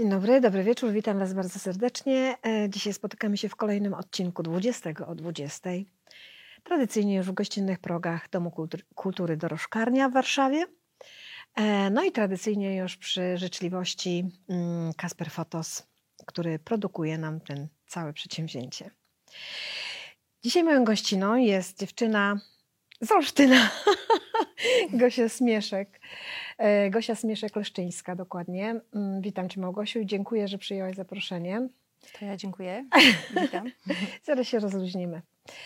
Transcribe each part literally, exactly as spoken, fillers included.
Dzień dobry, dobry wieczór, witam Was bardzo serdecznie. Dzisiaj spotykamy się w kolejnym odcinku dwudziestego o dwudziestej. Tradycyjnie już w gościnnych progach Domu Kultury Dorożkarnia w Warszawie. No i tradycyjnie już przy życzliwości Kasper Fotos, który produkuje nam ten całe przedsięwzięcie. Dzisiaj moją gościną jest dziewczyna z Olsztyna, Gosia Smieszek. Gosia Smieszek-Leszczyńska dokładnie. Witam Cię, Małgosiu, i dziękuję, że przyjęłaś zaproszenie. To ja dziękuję. Witam. Zaraz się rozluźnimy.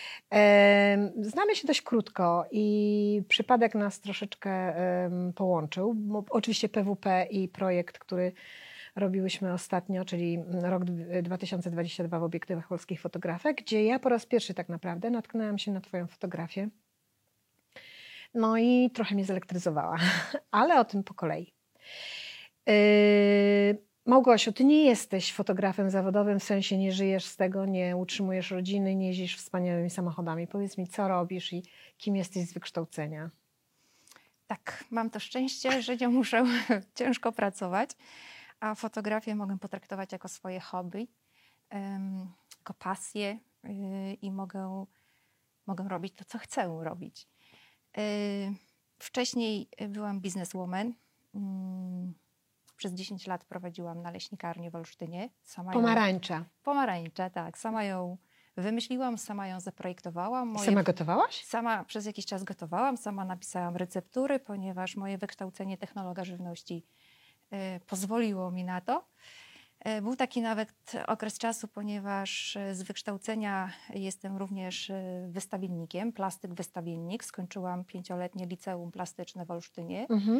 Znamy się dość krótko i przypadek nas troszeczkę połączył. Oczywiście P W P i projekt, który robiłyśmy ostatnio, czyli rok dwa tysiące dwudziesty drugi w obiektywach polskich fotografek, gdzie ja po raz pierwszy tak naprawdę natknęłam się na Twoją fotografię. No i trochę mnie zelektryzowała, ale o tym po kolei. Yy, Małgosiu, Ty nie jesteś fotografem zawodowym, w sensie nie żyjesz z tego, nie utrzymujesz rodziny, nie jeździsz wspaniałymi samochodami. Powiedz mi, co robisz i kim jesteś z wykształcenia? Tak, mam to szczęście, że nie muszę ciężko pracować, a fotografię mogę potraktować jako swoje hobby, um, jako pasję yy, i mogę, mogę robić to, co chcę robić. Wcześniej byłam bizneswoman. Przez dziesięć lat prowadziłam naleśnikarnię w Olsztynie. Sama Pomarańcza. Ją, pomarańcza, tak. Sama ją wymyśliłam, sama ją zaprojektowałam. Moje, sama gotowałaś? Sama przez jakiś czas gotowałam, sama napisałam receptury, ponieważ moje wykształcenie technologa żywności y, pozwoliło mi na to. Był taki nawet okres czasu, ponieważ z wykształcenia jestem również wystawiennikiem, plastyk wystawiennik. Skończyłam pięcioletnie liceum plastyczne w Olsztynie, mhm.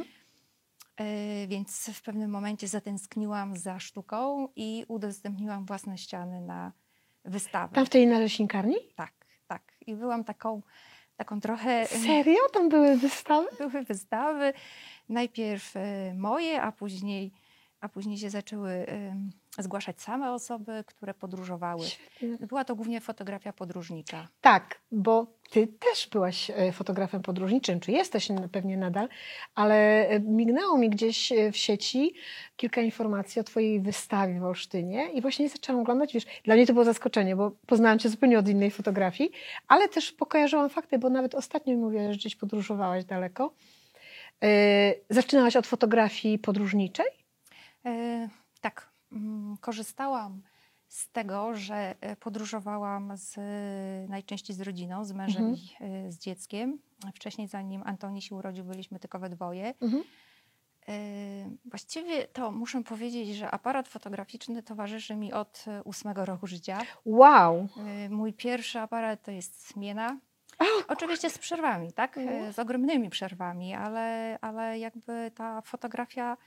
Więc w pewnym momencie zatęskniłam za sztuką i udostępniłam własne ściany na wystawę. Tam w tej naleśnikarni? Tak, tak. I byłam taką, taką trochę... Serio? Tam były wystawy? Były wystawy. Najpierw moje, a później... a później się zaczęły y, zgłaszać same osoby, które podróżowały. Świetnie. Była to głównie fotografia podróżnicza. Tak, bo Ty też byłaś fotografem podróżniczym, czy jesteś pewnie nadal, ale mignęło mi gdzieś w sieci kilka informacji o Twojej wystawie w Olsztynie i właśnie zaczęłam oglądać. Wiesz, dla mnie to było zaskoczenie, bo poznałam Cię zupełnie od innej fotografii, ale też pokojarzyłam fakty, bo nawet ostatnio mi mówiłaś, że gdzieś podróżowałaś daleko. Yy, zaczynałaś od fotografii podróżniczej? E, tak, korzystałam z tego, że podróżowałam z, najczęściej z rodziną, z mężem mhm. i z dzieckiem. Wcześniej, zanim Antoni się urodził, byliśmy tylko we dwoje. Mhm. E, właściwie to muszę powiedzieć, że aparat fotograficzny towarzyszy mi od ósmego roku życia. Wow! E, mój pierwszy aparat to jest Smiena. Oczywiście z przerwami, tak? E, z ogromnymi przerwami, ale, ale jakby ta fotografia...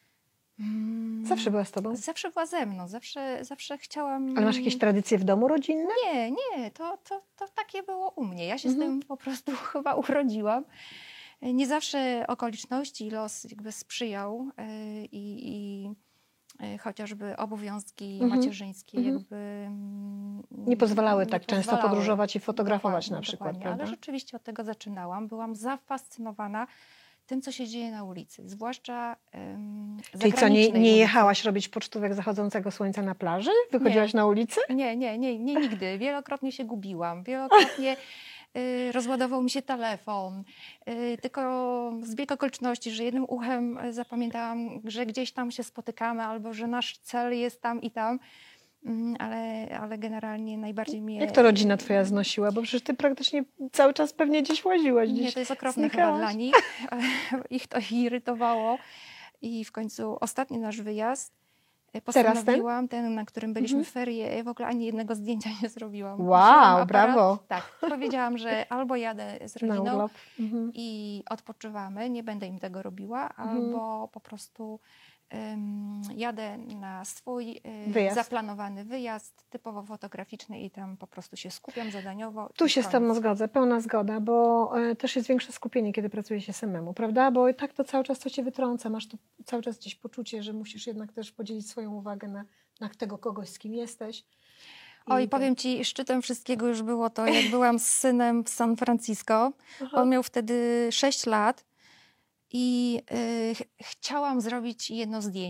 Zawsze była z Tobą? Zawsze była ze mną, zawsze, zawsze chciałam... Ale masz jakieś tradycje w domu rodzinne? Nie, nie, to, to, to takie było u mnie. Ja się mhm. z tym po prostu chyba urodziłam. Nie zawsze okoliczności i los jakby sprzyjał i, i chociażby obowiązki mhm. macierzyńskie mhm. jakby... Nie pozwalały tak nie często pozwalały. podróżować i fotografować Dokładnie, na przykład, dokładnie. prawda? Ale rzeczywiście od tego zaczynałam. Byłam zafascynowana tym, co się dzieje na ulicy, zwłaszcza um, Czyli co, nie, nie jechałaś robić pocztówek zachodzącego słońca na plaży? Wychodziłaś nie. na ulicę? Nie, nie, nie, nie, nigdy. Wielokrotnie się gubiłam, wielokrotnie y, rozładował mi się telefon. Y, tylko zbieg okoliczności, że jednym uchem zapamiętałam, że gdzieś tam się spotykamy albo że nasz cel jest tam i tam. Ale, ale generalnie najbardziej mnie... Jak to rodzina Twoja znosiła? Bo przecież Ty praktycznie cały czas pewnie gdzieś łaziłaś. Gdzieś nie, to jest okropne znikałaś. chyba dla nich. Ich to irytowało. I w końcu ostatni nasz wyjazd postanowiłam, ten? ten, na którym byliśmy mhm. w ferie, ja w ogóle ani jednego zdjęcia nie zrobiłam. Wow, brawo. Tak, powiedziałam, że albo jadę z rodziną mhm. i odpoczywamy, nie będę im tego robiła, mhm. albo po prostu... Um, jadę na swój y, wyjazd. zaplanowany wyjazd, typowo fotograficzny i tam po prostu się skupiam zadaniowo. Tu się koniec. z Tobą zgodzę, pełna zgoda, bo y, też jest większe skupienie, kiedy pracuje się samemu, prawda? Bo tak to cały czas to Cię wytrąca, masz tu cały czas gdzieś poczucie, że musisz jednak też podzielić swoją uwagę na, na tego kogoś, z kim jesteś. I Oj, powiem Ci, szczytem wszystkiego już było to, jak byłam z synem w San Francisco. Aha. On miał wtedy sześć lat. I y, ch chciałam zrobić jedno zdjęcie.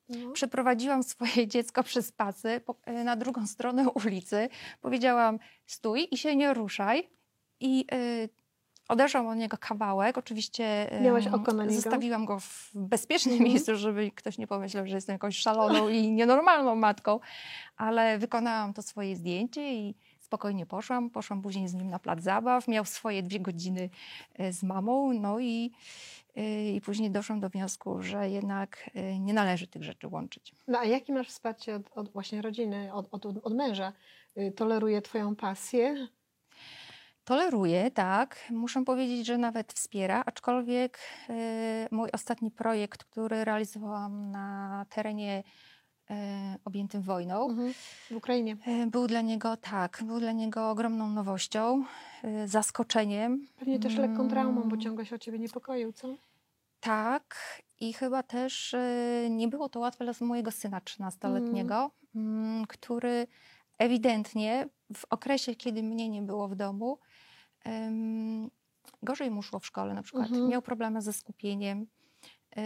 No. Przeprowadziłam swoje dziecko przez pasy po, e, na drugą stronę ulicy. Powiedziałam stój i się nie ruszaj. I y, odeszłam od niego kawałek. Oczywiście y, Miałaś oko na niego? zostawiłam go w bezpiecznym Mhm. miejscu, żeby ktoś nie pomyślał, że jestem jakąś szaloną i nienormalną matką. Ale wykonałam to swoje zdjęcie i spokojnie poszłam. Poszłam później z nim na plac zabaw. Miał swoje dwie godziny y, z mamą. No i, y, i później doszłam do wniosku, że jednak y, nie należy tych rzeczy łączyć. No a jakie masz wsparcie od, od właśnie rodziny, od, od, od męża? Y, Toleruje twoją pasję? Toleruje, tak. Muszę powiedzieć, że nawet wspiera, aczkolwiek y, mój ostatni projekt, który realizowałam na terenie y, objętym wojną, Mhm. W Ukrainie. y, był dla niego, tak, był dla niego ogromną nowością, y, zaskoczeniem. Pewnie też lekką traumą, bo Mm, ciągle się o ciebie niepokoił, co? Tak, i chyba też y, nie było to łatwe dla mojego syna trzynastoletniego, mm, który ewidentnie w okresie, kiedy mnie nie było w domu, ym, gorzej mu szło w szkole na przykład. Mhm. Miał problemy ze skupieniem yy,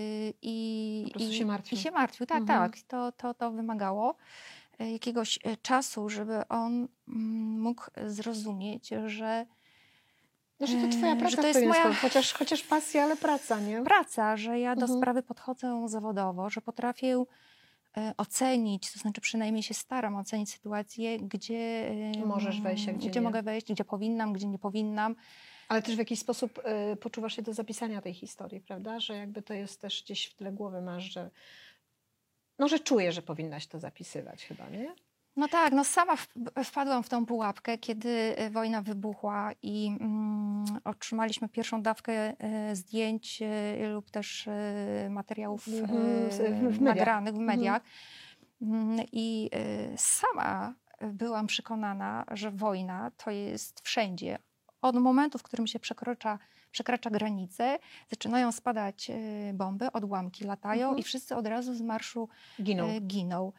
i, Po prostu i, się martwił. i się martwił. Tak, Mhm. tak. To, to, to wymagało y, jakiegoś y, czasu, żeby on mm, mógł zrozumieć, że No, że to twoja Yy, praca że to w jest pewien moja- sposób. Chociaż, chociaż pasja, ale praca, nie? praca, że ja do Mhm. sprawy podchodzę zawodowo, że potrafię e, ocenić, to znaczy przynajmniej się staram ocenić sytuację, gdzie, em, Możesz wejść, a gdzie nie. mogę wejść, gdzie powinnam, gdzie nie powinnam. Ale też w jakiś sposób y, poczuwasz się do zapisania tej historii, prawda? Że jakby to jest też gdzieś w tle głowy masz, że no, że czujesz, że powinnaś to zapisywać chyba, nie? No tak, no sama w, wpadłam w tą pułapkę, kiedy e, wojna wybuchła i mm, otrzymaliśmy pierwszą dawkę e, zdjęć e, lub też e, materiałów e, Mhm, w- w mediach. nagranych w Mhm. mediach. Mm, I e, sama byłam przekonana, że wojna to jest wszędzie. Od momentu, w którym się przekracza, przekracza granicę, zaczynają spadać e, bomby, odłamki latają Mhm. i wszyscy od razu z marszu Giną. e, giną.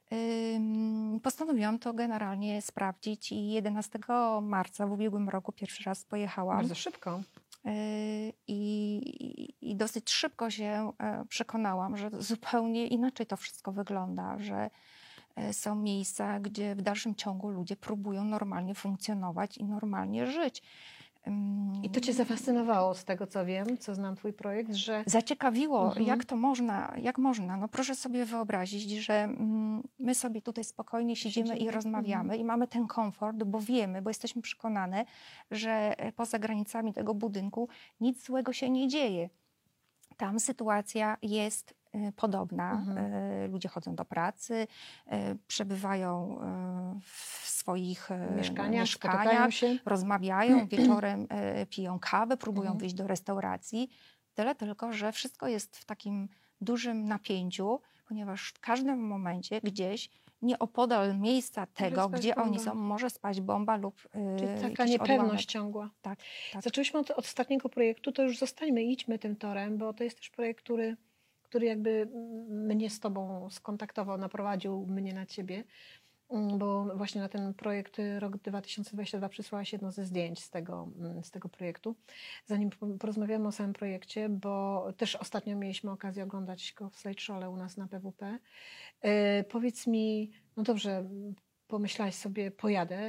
Ym, Postanowiłam to generalnie sprawdzić i jedenastego marca w ubiegłym roku pierwszy raz pojechałam. Bardzo szybko. Yy, I, i, I dosyć szybko się e, przekonałam, że zupełnie inaczej to wszystko wygląda, że e, są miejsca, gdzie w dalszym ciągu ludzie próbują normalnie funkcjonować i normalnie żyć. Ym, I to cię zafascynowało z tego, co wiem, co znam twój projekt, że Zaciekawiło, Mhm. jak to można, jak można. No proszę sobie wyobrazić, że mm, my sobie tutaj spokojnie siedzimy, Siedzimy, i rozmawiamy mhm. i mamy ten komfort, bo wiemy, bo jesteśmy przekonane, że e, poza granicami tego budynku nic złego się nie dzieje. Tam sytuacja jest e, podobna. Mhm. E, Ludzie chodzą do pracy, e, przebywają e, w swoich e, mieszkania, spotykają mieszkaniach, się. rozmawiają, wieczorem e, piją kawę, próbują Mhm. wyjść do restauracji. Tyle tylko, że wszystko jest w takim dużym napięciu, ponieważ w każdym momencie gdzieś nieopodal miejsca tego, spaść gdzie oni bomba. są, może spaść bomba lub yy, Czyli taka jakiś niepewność odłamek. ciągła. Tak, tak. Zaczęłyśmy od, od ostatniego projektu, to już zostańmy, idźmy tym torem, bo to jest też projekt, który, który jakby mnie z tobą skontaktował, naprowadził mnie na ciebie, Mm, bo właśnie na ten projekt y, rok dwa tysiące dwudziesty drugi przysłałaś jedno ze zdjęć z tego, mm, z tego projektu. Zanim po- porozmawiamy o samym projekcie, bo też ostatnio mieliśmy okazję oglądać go w slideshow'le u nas na P W P. Y, powiedz mi, no dobrze, m, pomyślałaś sobie, pojadę,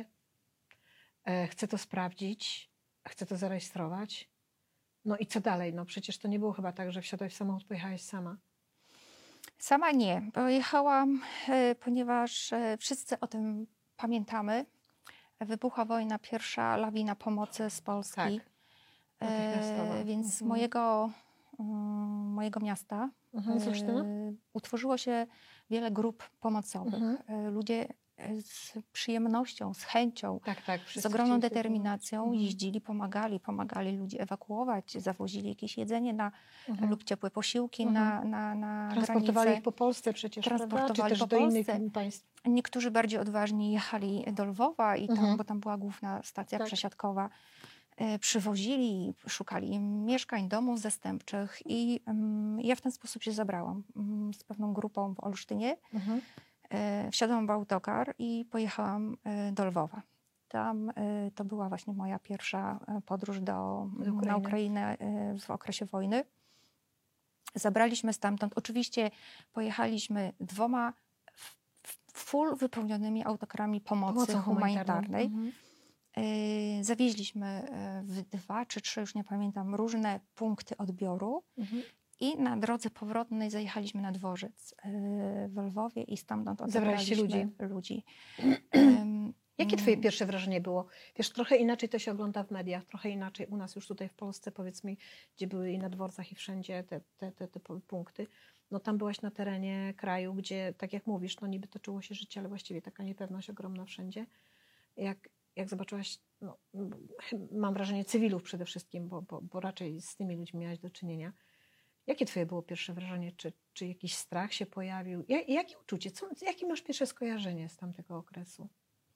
e, chcę to sprawdzić, chcę to zarejestrować. No i co dalej? No przecież to nie było chyba tak, że wsiadłaś w samochód, pojechałaś sama. Sama nie. Pojechałam, e, ponieważ e, wszyscy o tym pamiętamy. Wybuchła wojna, pierwsza lawina pomocy z Polski. Tak. Natychmiastowa. E, więc Mhm. mojego, mm, mojego miasta Mhm, z Olsztyna? e, utworzyło się wiele grup pomocowych. Mhm. E, Ludzie e, z przyjemnością, z chęcią, Tak, tak. z wszyscy ogromną chcieli tego- determinacją Mhm. jeździli, pomagali, pomagali ludzi ewakuować, zawozili jakieś jedzenie na, Mhm. lub ciepłe posiłki Mhm. na, na, na Transportowali granicę. ich po Polsce przecież, prawda? Czy Transportowali też po do innych Polsce. państw. Niektórzy bardziej odważni jechali do Lwowa, i tam, Mhm. bo tam była główna stacja Tak. przesiadkowa. E, Przywozili, szukali mieszkań, domów zastępczych i mm, ja w ten sposób się zabrałam mm, z pewną grupą w Olsztynie. Mhm. E, Wsiadłam w autokar i pojechałam e, do Lwowa. Tam e, to była właśnie moja pierwsza e, podróż do, Do Ukrainy. na Ukrainę e, w okresie wojny. Zabraliśmy stamtąd, oczywiście pojechaliśmy dwoma f- f- full wypełnionymi autokarami pomocy Pomocą humanitarnej. Mhm. Y, Zawieźliśmy y, w dwa czy trzy, już nie pamiętam, różne punkty odbioru Mhm. i na drodze powrotnej zajechaliśmy na dworzec y, w Lwowie i stamtąd Zabraliście odebraliśmy ludzi. ludzi. Ym, Jakie twoje mm, pierwsze wrażenie było? Wiesz, trochę inaczej to się ogląda w mediach, trochę inaczej u nas już tutaj w Polsce, powiedz mi, gdzie były i na dworcach i wszędzie te, te, te, te punkty. No tam byłaś na terenie kraju, gdzie, tak jak mówisz, no niby toczyło się życie, ale właściwie taka niepewność ogromna wszędzie. Jak, jak zobaczyłaś, no, mam wrażenie cywilów przede wszystkim, bo, bo, bo raczej z tymi ludźmi miałaś do czynienia. Jakie twoje było pierwsze wrażenie? Czy, czy jakiś strach się pojawił? Jak, jakie uczucie? Co, jakie masz pierwsze skojarzenie z tamtego okresu?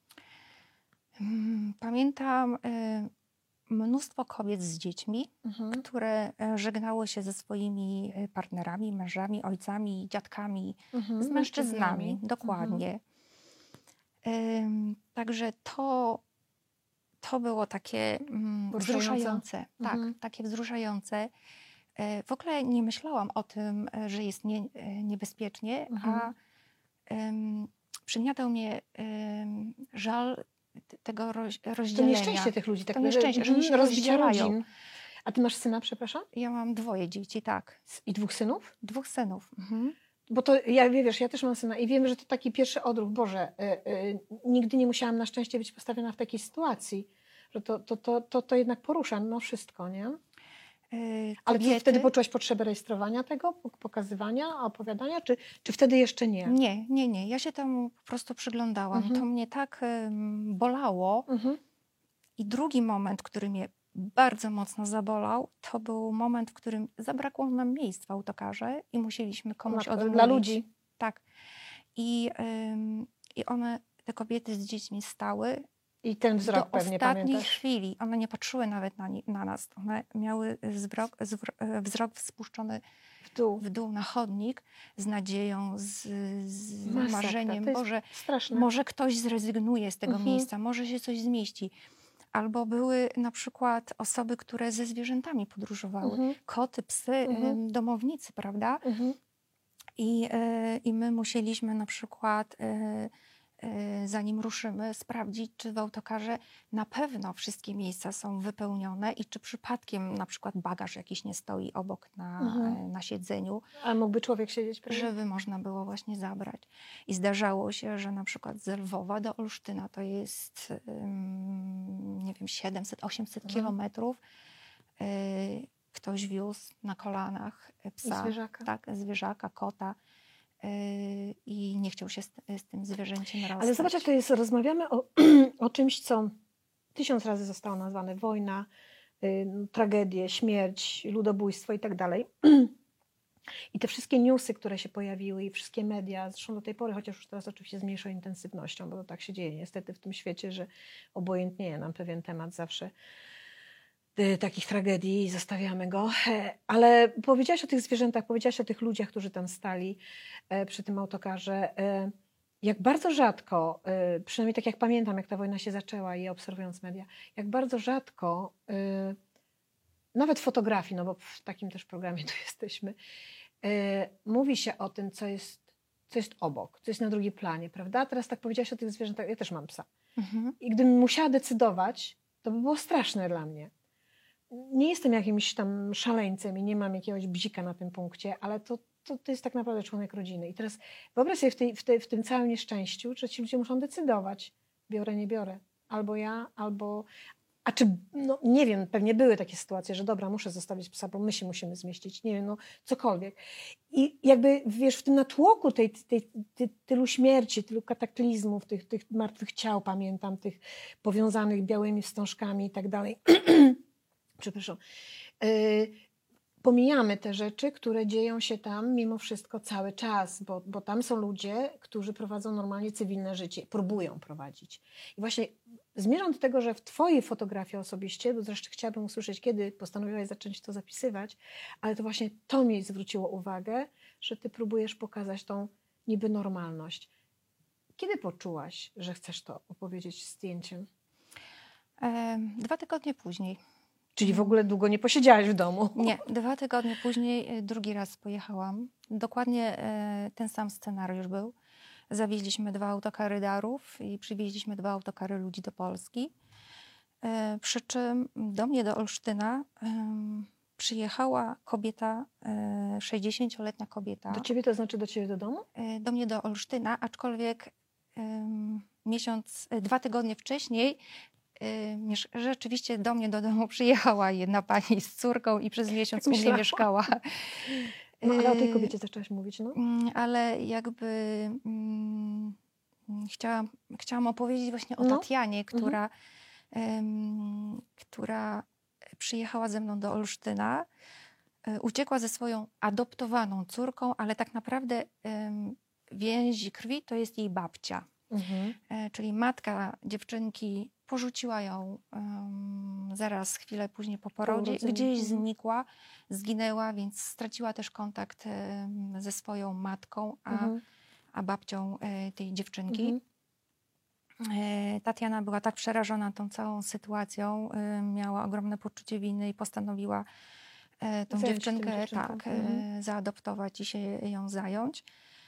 mm, Pamiętam y, mnóstwo kobiet z dziećmi, Mhm. które e, żegnały się ze swoimi e, partnerami, mężami, ojcami, dziadkami, Mhm. z mężczyznami, Mhm. dokładnie. Ym, Także to, to było takie mm, Wzruszające? wzruszające. Tak, Mhm. takie wzruszające. E, W ogóle nie myślałam o tym, e, że jest nie, e, niebezpiecznie, Mhm. a ym, przygniatał mnie ym, żal t- tego roz, To rozdzielenia. nieszczęście tych ludzi, tak To nieszczęście, że oni się rozbicia rozdzielają. rodzin. A ty masz syna, przepraszam? Ja mam dwoje dzieci, tak. I dwóch synów? Dwóch synów. Mhm. Bo to, ja wiesz, ja też mam syna i wiem, że to taki pierwszy odruch, Boże, y, y, nigdy nie musiałam na szczęście być postawiona w takiej sytuacji, że to, to, to, to, to jednak porusza no wszystko, nie? Y, Ale co, kobiety- wtedy poczułaś potrzebę rejestrowania tego, pokazywania, opowiadania, czy, czy wtedy jeszcze nie? Nie, nie, nie. Ja się temu po prostu przyglądałam. Mhm. To mnie tak ym, bolało. Mhm. I drugi moment, który mnie bardzo mocno zabolał, to był moment, w którym zabrakło nam miejsc w autokarze i musieliśmy komuś Matko, odmówić. dla ludzi. Tak. I, ym, I one, te kobiety z dziećmi stały I ten wzrok do pewnie ostatniej pamiętasz. chwili. One nie patrzyły nawet na, ni- na nas. One miały wzrok, zwr- wzrok spuszczony W dół. w dół na chodnik z nadzieją, z, z Masakra, marzeniem, to jest Boże, straszne. może ktoś zrezygnuje z tego Mhm. miejsca, może się coś zmieści. Albo były na przykład osoby, które ze zwierzętami podróżowały. Mhm. Koty, psy, Mhm. ym, domownicy, prawda? Mhm. I, y, I my musieliśmy na przykład, y, y, zanim ruszymy, sprawdzić, czy w autokarze na pewno wszystkie miejsca są wypełnione i czy przypadkiem na przykład bagaż jakiś nie stoi obok na, Mhm. y, na siedzeniu, A mógłby człowiek siedzieć pewnie? żeby można było właśnie zabrać. I zdarzało się, że na przykład z Lwowa do Olsztyna to jest, ym, nie wiem, siedemset osiemset Mhm. kilometrów. Y, Ktoś wiózł na kolanach psa, zwierzaka. tak, zwierzaka, kota y, i nie chciał się z, z tym zwierzęciem rozstać. Ale zobacz, jak to jest, rozmawiamy o, o czymś, co tysiąc razy zostało nazwane wojna, y, tragedie, śmierć, ludobójstwo i tak dalej. I te wszystkie newsy, które się pojawiły i wszystkie media, zresztą do tej pory, chociaż już teraz oczywiście z mniejszą intensywnością, bo to tak się dzieje niestety w tym świecie, że obojętnieje nam pewien temat zawsze y, takich tragedii i zostawiamy go. E, Ale powiedziałaś o tych zwierzętach, powiedziałaś o tych ludziach, którzy tam stali e, przy tym autokarze. E, Jak bardzo rzadko, e, przynajmniej tak jak pamiętam, jak ta wojna się zaczęła i obserwując media, jak bardzo rzadko, e, nawet fotografii, no bo w takim też programie tu jesteśmy, e, mówi się o tym, co jest, co jest obok, co jest na drugim planie, prawda? Teraz tak powiedziałaś o tych zwierzętach, ja też mam psa. Mhm. I gdybym musiała decydować, to by było straszne dla mnie. Nie jestem jakimś tam szaleńcem i nie mam jakiegoś bzika na tym punkcie, ale to, to, to jest tak naprawdę członek rodziny. I teraz wyobraź sobie w, tej, w, tej, w tym całym nieszczęściu, że ci ludzie muszą decydować. Biorę, nie biorę. Albo ja, albo... A czy, no nie wiem, pewnie były takie sytuacje, że dobra, muszę zostawić psa, bo my się musimy zmieścić. Nie wiem, no cokolwiek. I jakby, wiesz, w tym natłoku tej, tej, tej, tylu śmierci, tylu kataklizmów, tych, tych martwych ciał, pamiętam, tych powiązanych białymi wstążkami i tak dalej. Przepraszam. Y, pomijamy te rzeczy, które dzieją się tam mimo wszystko cały czas, bo, bo tam są ludzie, którzy prowadzą normalnie cywilne życie, próbują prowadzić. I właśnie zmierzam do tego, że w twojej fotografii osobiście, bo zresztą chciałabym usłyszeć, kiedy postanowiłaś zacząć to zapisywać, ale to właśnie to mi zwróciło uwagę, że ty próbujesz pokazać tą niby normalność. Kiedy poczułaś, że chcesz to opowiedzieć zdjęciem? E, Dwa tygodnie później. Czyli w ogóle długo nie posiedziałaś w domu? Nie, dwa tygodnie później y, drugi raz pojechałam. Dokładnie y, ten sam scenariusz był. Zawieźliśmy dwa autokary darów i przywieźliśmy dwa autokary ludzi do Polski. Y, przy czym do mnie, do Olsztyna, y, przyjechała kobieta, y, sześćdziesięcioletnia kobieta. Do ciebie to znaczy do ciebie do domu? Y, do mnie do Olsztyna, aczkolwiek y, miesiąc, y, dwa tygodnie wcześniej y, miesz- rzeczywiście do mnie do domu przyjechała jedna pani z córką i przez miesiąc Tak u mnie myślałam. mieszkała. No ale o tej Y, kobiecie zaczęłaś mówić, no? Mm, Ale jakby mm, chciałam, chciałam opowiedzieć właśnie o No. Tatianie, która, em, która przyjechała ze mną do Olsztyna. E, Uciekła ze swoją adoptowaną córką, ale tak naprawdę em, więzi krwi to jest jej babcia. Mhm. E, Czyli matka dziewczynki porzuciła ją em, zaraz chwilę później po porodzie, urodzeniu, gdzieś mhm. znikła, zginęła, więc straciła też kontakt em, ze swoją matką, a, Mhm. a babcią e, tej dziewczynki. Mhm. E, Tatiana była tak przerażona tą całą sytuacją, e, miała ogromne poczucie winy i postanowiła e, tą Zająć się tym dziewczynkę dziewczynką. tak, e, Mhm. zaadoptować i się ją zająć.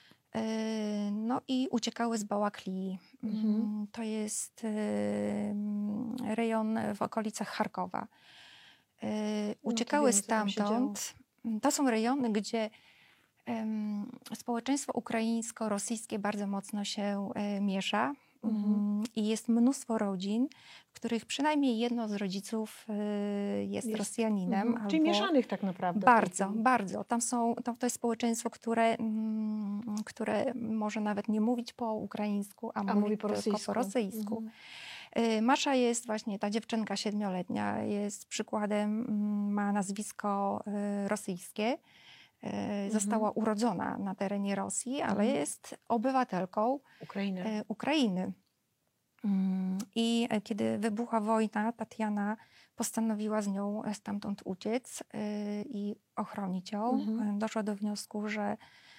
E, No i uciekały z Bałaklii. Mhm. Mm, To jest em, rejon w okolicach Charkowa. E, Uciekały wiemy, co tam się stamtąd. To są rejony, gdzie em, społeczeństwo ukraińsko-rosyjskie bardzo mocno się e, miesza. Mhm. Mm, I jest mnóstwo rodzin, w których przynajmniej jedno z rodziców e, jest, Jest. Rosjaninem. Mhm. Czyli albo mieszanych tak naprawdę. w tej Bardzo, chwili. bardzo. Tam są, to, to jest społeczeństwo, które, mm, które może nawet nie mówić po ukraińsku, a, A mówi, mówi po tylko rosyjsku. po rosyjsku. Mhm. Y, Masza jest właśnie, ta dziewczynka siedmioletnia, jest przykładem, mm, ma nazwisko y, rosyjskie. Y, Została urodzona na terenie Rosji, ale Mhm. jest obywatelką Ukrainy. y, Ukrainy. Mm, I e, kiedy wybuchła wojna, Tatiana postanowiła z nią stamtąd uciec y, i ochronić ją. Mhm. E, Doszła do wniosku, że,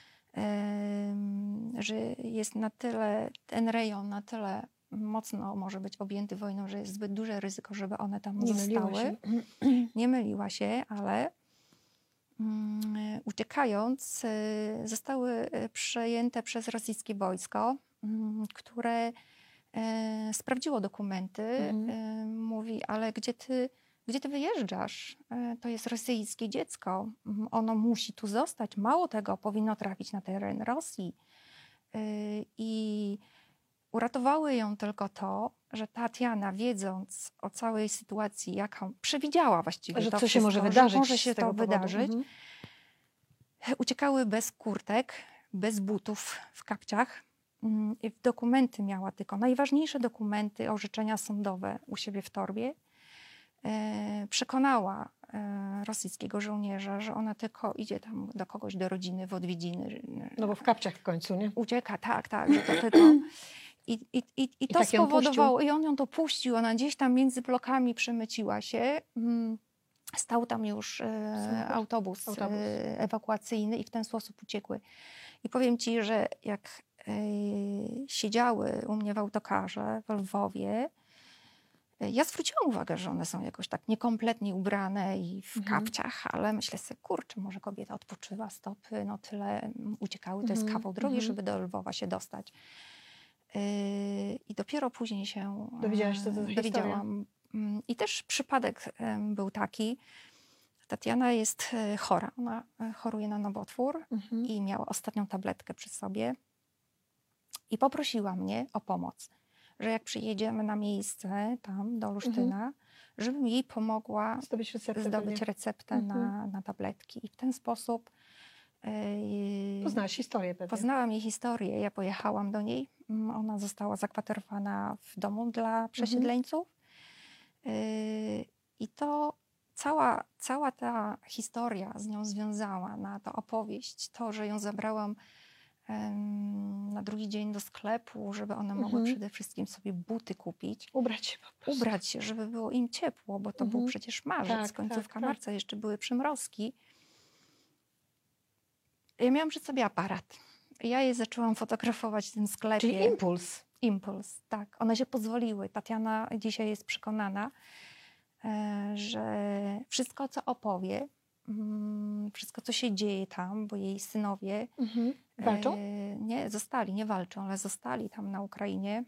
em, że jest na tyle, ten rejon na tyle mocno może być objęty wojną, że jest zbyt duże ryzyko, żeby one tam Nie myliła zostały. się. Nie myliła się, ale mm, uciekając, y, zostały y, przejęte przez rosyjskie wojsko, mm, które e, sprawdziło dokumenty. Mhm. E, mówi, ale gdzie ty, gdzie ty wyjeżdżasz? E, to jest rosyjskie dziecko. Mm, Ono musi tu zostać. Mało tego, powinno trafić na teren Rosji. E, I uratowały ją tylko to, że Tatiana, wiedząc o całej sytuacji, jaką przewidziała właściwie Że to co się może wszystko, wydarzyć że może z się tego to powodu. wydarzyć, Mhm. uciekały bez kurtek, bez butów, w kapciach. Mm, i Dokumenty miała tylko, najważniejsze dokumenty, orzeczenia sądowe u siebie w torbie. E, Przekonała e, rosyjskiego żołnierza, że ona tylko idzie tam do kogoś, do rodziny w odwiedziny. że- No bo w kapciach w końcu, nie? Ucieka, tak, tak, że to tylko. I, i, i, i to tak ją spowodowało, i on ją to puścił, ona gdzieś tam między blokami przemyciła się. Mm, Stał tam już e, Samochód. autobus, Autobus. e, ewakuacyjny i w ten sposób uciekły. I powiem ci, że jak e, siedziały u mnie w autokarze w Lwowie, e, ja zwróciłam uwagę, że one są jakoś tak niekompletnie ubrane i w Mhm. kapciach, ale myślę sobie, kurczę, może kobieta odpoczywa, stopy, no tyle mm, uciekały, to jest Mhm, kawał drogi, mhm. żeby do Lwowa się dostać. Yy, I dopiero później się e, Dowiedziałaś się, co to za historia? dowiedziałam. Mm, I też przypadek em, był taki. Tatiana jest e, chora. Ona e, choruje na nowotwór Mhm. i miała ostatnią tabletkę przy sobie. I poprosiła mnie o pomoc, że jak przyjedziemy na miejsce tam do Olsztyna, żebym jej pomogła Zdobyć receptę. zdobyć pewnie. receptę Mhm. na, na tabletki. I w ten sposób e, Poznałaś historię pewnie. poznałam jej historię. Ja pojechałam do niej. Mm, Ona została zakwaterowana w domu dla przesiedleńców. Yy, I to cała, cała ta historia z nią związała, na to opowieść, to, że ją zabrałam em, na drugi dzień do sklepu, żeby one mogły Mhm. przede wszystkim sobie buty kupić, Ubrać się po prostu. ubrać się, żeby było im ciepło, bo to był Mhm. przecież marzec, Tak, końcówka tak, tak. marca, jeszcze były przymrozki. Ja miałam przy sobie aparat. Ja je zaczęłam fotografować w tym sklepie. Czyli impuls. Impuls, tak. One się pozwoliły. Tatiana dzisiaj jest przekonana, e, że wszystko, co opowie, mm, wszystko, co się dzieje tam, bo jej synowie Mhm. Walczą? e, nie zostali, nie walczą, ale zostali tam na Ukrainie.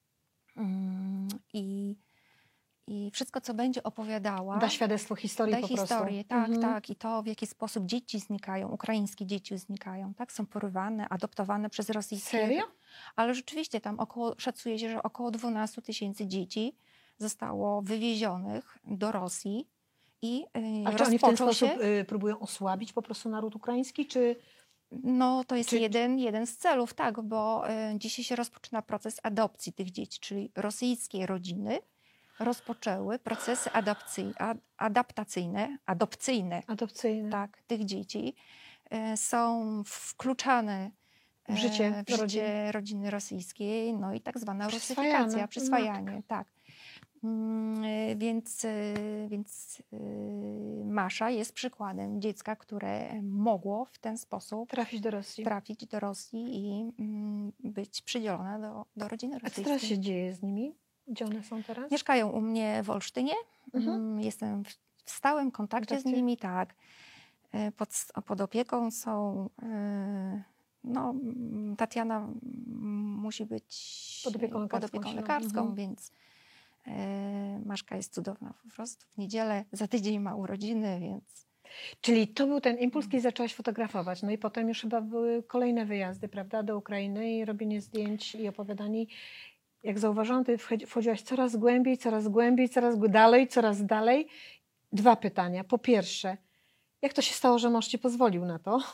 Mm, I, I wszystko, co będzie opowiadała, Da świadectwo historii daje po prostu. historię, tak, Mhm. tak. I to, w jaki sposób dzieci znikają, ukraińskie dzieci znikają, tak? Są porywane, adoptowane przez rosyjskie. Serio? Ale rzeczywiście tam około, szacuje się, że około dwanaście tysięcy dzieci zostało wywiezionych do Rosji i A yy, czy oni w ten rozpoczął sposób się, y, próbują osłabić po prostu naród ukraiński, czy... no to jest Czy- jeden, jeden z celów, tak, bo y, dzisiaj się rozpoczyna proces adopcji tych dzieci, czyli rosyjskie rodziny rozpoczęły procesy adopcji, a, adaptacyjne, adopcyjne, Adopcyjne. tak, tych dzieci. Y, są wkluczane W życie e, w życie rodzin. rodziny rosyjskiej, no i tak zwana Przyswajane. rusyfikacja, przyswajanie, tak. Mm, e, Więc, e, więc e, Masza jest przykładem dziecka, które mogło w ten sposób Trafić do Rosji. trafić do Rosji i mm, być przydzielone do, do rodziny A co rosyjskiej. teraz się dzieje z nimi? Gdzie one są teraz? Mieszkają u mnie w Olsztynie. Mhm. Mm, Jestem w, w stałym kontakcie z Kontakcie. nimi, tak. E, Pod, pod opieką są... e, No, mm, Tatiana mm, musi być Pod opieką pod lekarską opieką się- lekarską, mhm. więc e, Maszka jest cudowna po prostu. W niedzielę za tydzień ma urodziny, więc Czyli to był ten impuls, kiedy zaczęłaś fotografować. No i potem już chyba były kolejne wyjazdy, prawda, do Ukrainy i robienie zdjęć i opowiadań. Jak zauważyłam, ty wchodzi- wchodziłaś coraz głębiej, coraz głębiej, coraz g- dalej, coraz dalej. Dwa pytania. Po pierwsze, jak to się stało, że mąż ci pozwolił na to?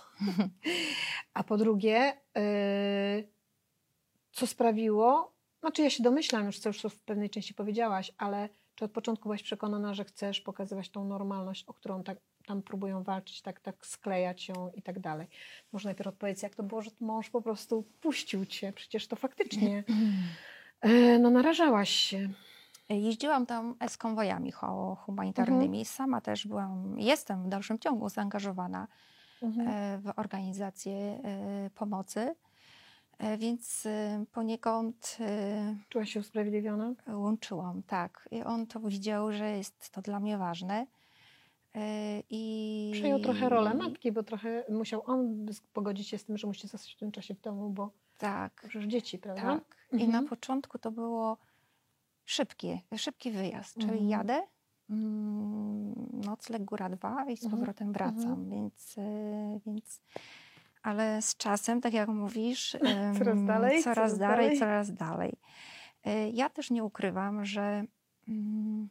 A po drugie, yy, co sprawiło, znaczy ja się domyślam już, co już w pewnej części powiedziałaś, ale czy od początku byłaś przekonana, że chcesz pokazywać tą normalność, o którą tak, tam próbują walczyć, tak, tak sklejać ją i tak dalej. Może najpierw odpowiedz, jak to było, że mąż po prostu puścił cię, przecież to faktycznie yy, no narażałaś się. jeździłam tam z konwojami hu- humanitarnymi. Mhm. Sama też byłam, jestem w dalszym ciągu zaangażowana Mhm. e, w organizację e, pomocy, E, więc e, poniekąd e, Czułaś się usprawiedliwiona? łączyłam, tak. I on to widział, że jest to dla mnie ważne. E, I Przejął trochę rolę matki, bo trochę musiał on pogodzić się z tym, że musi zostać w tym czasie w domu, bo Tak, przecież dzieci, prawda? tak. I Mhm. na początku to było szybkie, szybki wyjazd, czyli Mhm. jadę, mm, nocleg góra dwa i z Mhm. powrotem wracam, Mhm. więc, e, więc... Ale z czasem, tak jak mówisz, Coraz em, dalej, coraz coraz dalej, dalej. coraz dalej. E, Ja też nie ukrywam, że mm,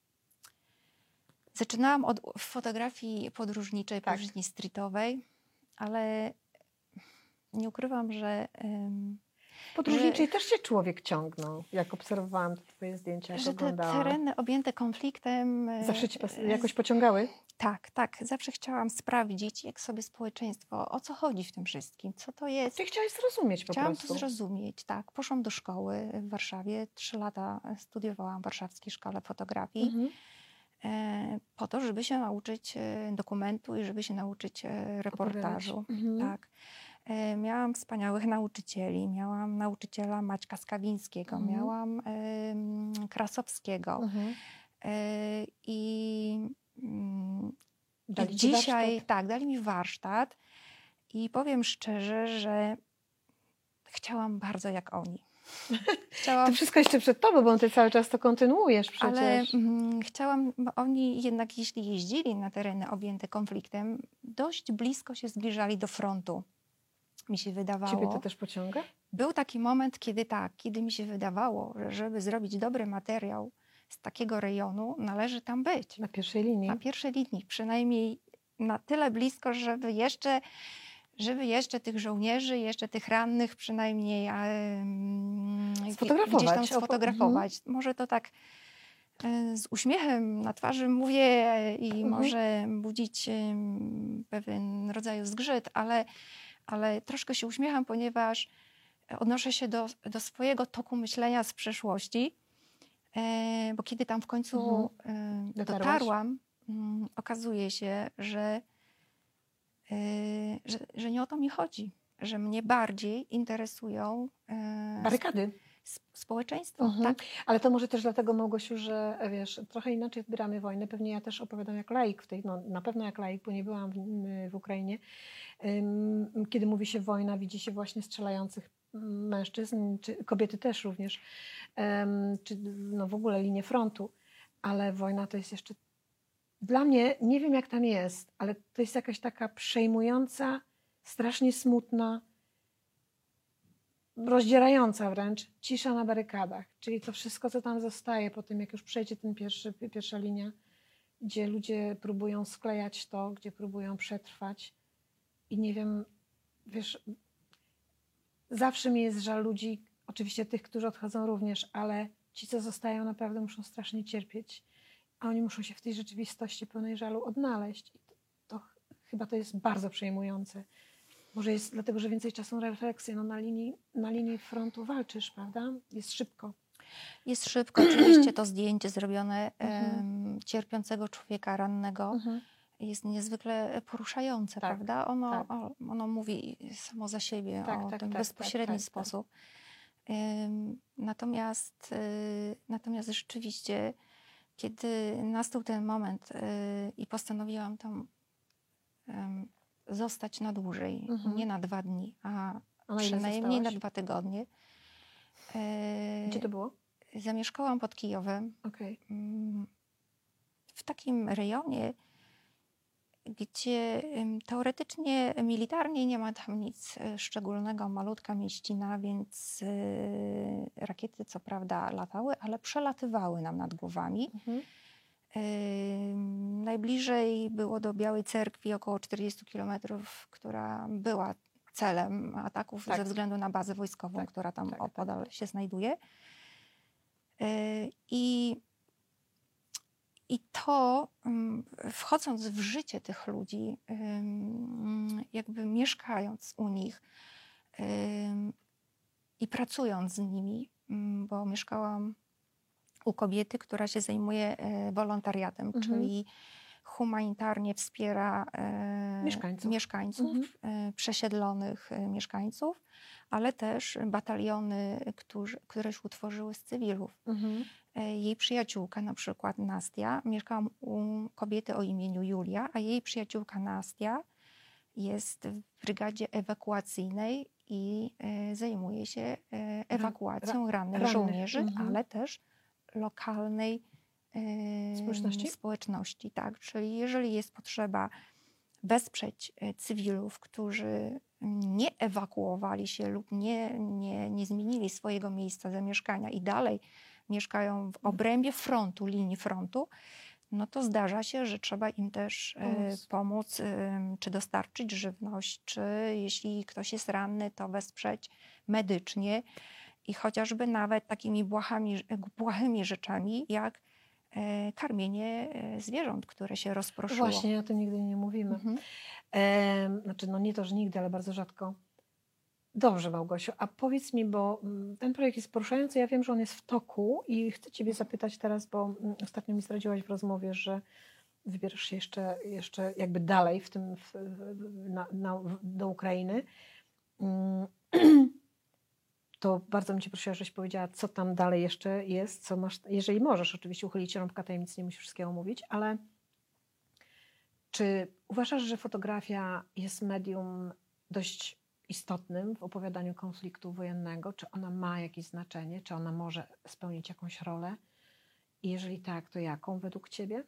zaczynałam od fotografii podróżniczej, Tak. podróżni streetowej, ale nie ukrywam, że, em, Podróżniczej też się człowiek ciągnął, jak obserwowałam te twoje zdjęcia, jak że te oglądałam. tereny objęte konfliktem... e, Zawsze ci pas- e, jakoś pociągały? Tak, tak. Zawsze chciałam sprawdzić, jak sobie społeczeństwo, o co chodzi w tym wszystkim, co to jest. Ty chciałaś zrozumieć po Chciałam prostu. to zrozumieć, tak. Poszłam do szkoły w Warszawie. Trzy lata studiowałam w Warszawskiej Szkole Fotografii Mhm. e, po to, żeby się nauczyć e, dokumentu i żeby się nauczyć e, reportażu. Opowiadać. Mhm. Tak. E, miałam wspaniałych nauczycieli. Miałam nauczyciela Maćka Skawińskiego, Mhm. miałam em, Krasowskiego. Mhm. E, I mm, Dali i ci dzisiaj, warsztat? tak, dali mi warsztat i powiem szczerze, że chciałam bardzo jak oni. To Chciałam, wszystko jeszcze przed tobą, bo ty cały czas to kontynuujesz przecież. ale mm, chciałam, bo oni jednak jeśli jeździli na tereny objęte konfliktem, dość blisko się zbliżali do frontu. Mi się wydawało. Ciebie to też pociąga? Był taki moment, kiedy tak, kiedy mi się wydawało, że żeby zrobić dobry materiał z takiego rejonu, należy tam być. Na pierwszej linii. Na pierwszej linii, przynajmniej na tyle blisko, żeby jeszcze, żeby jeszcze tych żołnierzy, jeszcze tych rannych przynajmniej em, gdzie- Sfotografować. gdzieś tam Opo- sfotografować. Może to tak e, z uśmiechem na twarzy mówię i Mhm. może budzić em, pewien rodzaj zgrzyt, ale, ale troszkę się uśmiecham, ponieważ odnoszę się do, do swojego toku myślenia z przeszłości. E, bo kiedy tam w końcu e, Dotarłaś? dotarłam, mm, okazuje się, że, e, że, że nie o to mi chodzi. Że mnie bardziej interesują e, Barykady. społeczeństwo, Mhm. tak? Ale to może też dlatego, Małgosiu, że wiesz, trochę inaczej odbieramy wojnę. Pewnie ja też opowiadam jak laik w tej, no na pewno jak laik, bo nie byłam w, w Ukrainie. Ym, Kiedy mówi się wojna, widzi się właśnie strzelających mężczyzn, czy kobiety też również, Ym, czy no w ogóle linię frontu. Ale wojna to jest jeszcze, dla mnie, nie wiem jak tam jest, ale to jest jakaś taka przejmująca, strasznie smutna, rozdzierająca wręcz cisza na barykadach. Czyli to wszystko, co tam zostaje po tym, jak już przejdzie ten pierwszy, pierwsza linia, gdzie ludzie próbują sklejać to, gdzie próbują przetrwać. I nie wiem, wiesz, zawsze mi jest żal ludzi, oczywiście tych, którzy odchodzą również, ale ci, co zostają, naprawdę muszą strasznie cierpieć. A oni muszą się w tej rzeczywistości pełnej żalu odnaleźć. I to, to chyba to jest bardzo przejmujące. Może jest dlatego, że więcej czasu na refleksję. No na linii, na linii frontu walczysz, prawda? Jest szybko. Jest szybko, oczywiście to zdjęcie zrobione Mhm. em, cierpiącego człowieka rannego Mhm. jest niezwykle poruszające, Tak, prawda? Ono, tak. o, ono mówi samo za siebie Tak, o tak, tym tak, bezpośredni tak, tak, tak. sposób. Em, natomiast, y, natomiast rzeczywiście, kiedy nastał ten moment y, i postanowiłam tam em, zostać na dłużej, Mhm. nie na dwa dni, a A na ile przynajmniej na zostałaś? dwa tygodnie. e, Gdzie to było? Zamieszkałam pod Kijowem, Okej. mm, w takim rejonie, gdzie ym, teoretycznie, militarnie nie ma tam nic y, szczególnego, malutka mieścina, więc y, rakiety co prawda latały, ale przelatywały nam nad głowami. Mhm. Ym, najbliżej było do Białej Cerkwi około czterdzieści kilometrów, która była celem ataków Tak. ze względu na bazę wojskową, Tak, która tam tak, opodal tak. się znajduje. Y, I I to, mm, wchodząc w życie tych ludzi, ym, jakby mieszkając u nich ym, i pracując z nimi, ym, bo mieszkałam u kobiety, która się zajmuje e, wolontariatem, Mhm. czyli humanitarnie wspiera e, Mieszkańców. mieszkańców, Mhm. e, przesiedlonych e, mieszkańców, ale też bataliony, którzy, które się utworzyły z cywilów. Mhm. E, Jej przyjaciółka, na przykład Nastia, mieszkałam u kobiety o imieniu Julia, a jej przyjaciółka Nastia jest w brygadzie ewakuacyjnej i e, zajmuje się e, ewakuacją ra- rannych rannych, żołnierzy, mhm. ale też lokalnej e, Społeczności? społeczności, tak. Czyli jeżeli jest potrzeba wesprzeć e, cywilów, którzy nie ewakuowali się lub nie, nie, nie zmienili swojego miejsca zamieszkania i dalej mieszkają w obrębie frontu, linii frontu, no to zdarza się, że trzeba im też e, Pomóc. pomóc, e, czy dostarczyć żywność, czy jeśli ktoś jest ranny, to wesprzeć medycznie i chociażby nawet takimi błahami, błahymi rzeczami, jak e, karmienie e, zwierząt, które się rozproszyło. Właśnie, o tym nigdy nie mówimy. Mhm. Em, znaczy, no nie to, że nigdy, ale bardzo rzadko. Dobrze, Małgosiu, a powiedz mi, bo mm, ten projekt jest poruszający, ja wiem, że on jest w toku i chcę Ciebie zapytać teraz, bo mm, ostatnio mi zdradziłaś w rozmowie, że wybierasz się jeszcze, jeszcze jakby dalej w tym, w, w- na, na, do Ukrainy. Mm, To bardzo bym Cię prosiła, żebyś powiedziała, co tam dalej jeszcze jest, co masz, jeżeli możesz oczywiście uchylić rąbka tajemnic, nie musisz wszystkiego mówić, ale czy uważasz, że fotografia jest medium dość istotnym w opowiadaniu konfliktu wojennego? Czy ona ma jakieś znaczenie? Czy ona może spełnić jakąś rolę? I jeżeli tak, to jaką według Ciebie?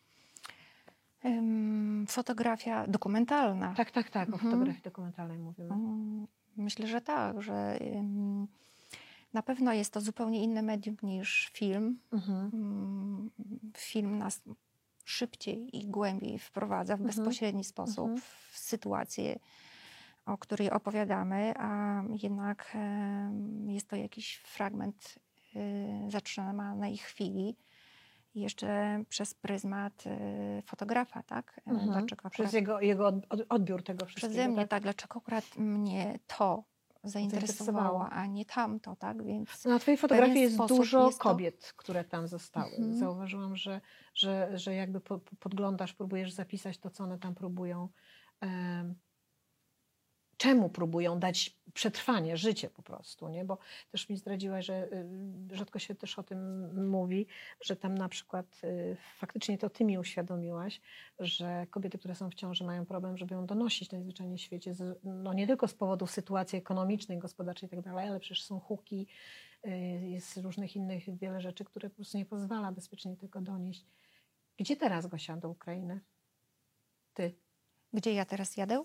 Ym, Fotografia dokumentalna. Tak, tak, tak, o Mhm. fotografii dokumentalnej mówimy. Mm, Myślę, że tak, że ym, na pewno jest to zupełnie inne medium niż film. Mhm. Mm, Film nas szybciej i głębiej wprowadza w Mhm. bezpośredni sposób Mhm. w sytuację, o której opowiadamy, a jednak em, jest to jakiś fragment y, zatrzymanej chwili. I jeszcze przez pryzmat y, fotografa, tak? Mhm. Dlaczego Przez akurat jego, jego od- od- odbiór tego wszystkiego. przeze mnie, tak? tak? Dlaczego akurat mnie to Zainteresowało. zainteresowało, a nie tamto, tak? Więc Na Twojej fotografii pewien jest sposób dużo jest to- kobiet, które tam zostały. Mhm. Zauważyłam, że, że, że jakby po, po- podglądasz, próbujesz zapisać to, co one tam próbują. Em, czemu próbują dać przetrwanie, życie po prostu, nie? Bo też mi zdradziłaś, że rzadko się też o tym mówi, że tam na przykład faktycznie to ty mi uświadomiłaś, że kobiety, które są w ciąży, mają problem, żeby ją donosić najzwyczajniej w świecie, no nie tylko z powodu sytuacji ekonomicznej, gospodarczej i tak dalej, ale przecież są huki, jest różnych innych wiele rzeczy, które po prostu nie pozwala bezpiecznie tego donieść. Gdzie teraz, Gosia, do Ukrainy? Ty? Gdzie ja teraz jadę?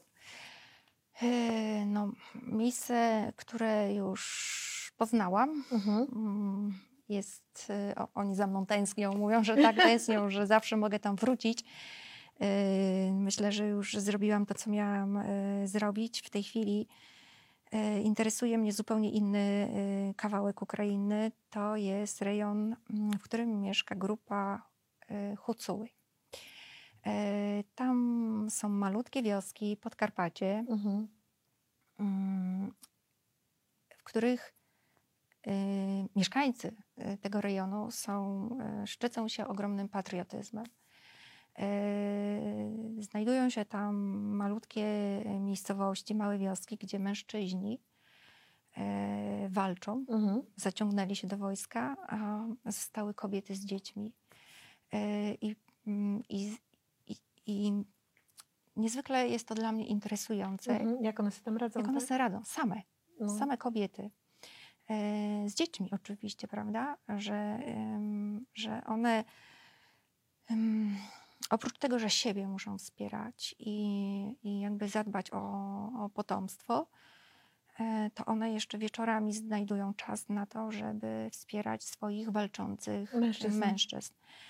No, miejsce, które już poznałam. Mhm. Jest, o, oni za mną tęsknią, mówią, że tak tęsknią, że zawsze mogę tam wrócić. Myślę, że już zrobiłam to, co miałam zrobić. W tej chwili interesuje mnie zupełnie inny kawałek Ukrainy. To jest rejon, w którym mieszka grupa Hucuły. Tam są malutkie wioski, Podkarpacie, mhm. w których mieszkańcy tego rejonu są, szczycą się ogromnym patriotyzmem. Znajdują się tam malutkie miejscowości, małe wioski, gdzie mężczyźni walczą, mhm. zaciągnęli się do wojska, a zostały kobiety z dziećmi. I, i, i, i niezwykle jest to dla mnie interesujące. Mhm. Jak one sobie tam radzą? Jak one tak? sobie radzą, same, no. same kobiety. Z dziećmi oczywiście, prawda, że, że one oprócz tego, że siebie muszą wspierać i, i jakby zadbać o, o potomstwo, to one jeszcze wieczorami znajdują czas na to, żeby wspierać swoich walczących mężczyzn. mężczyzn.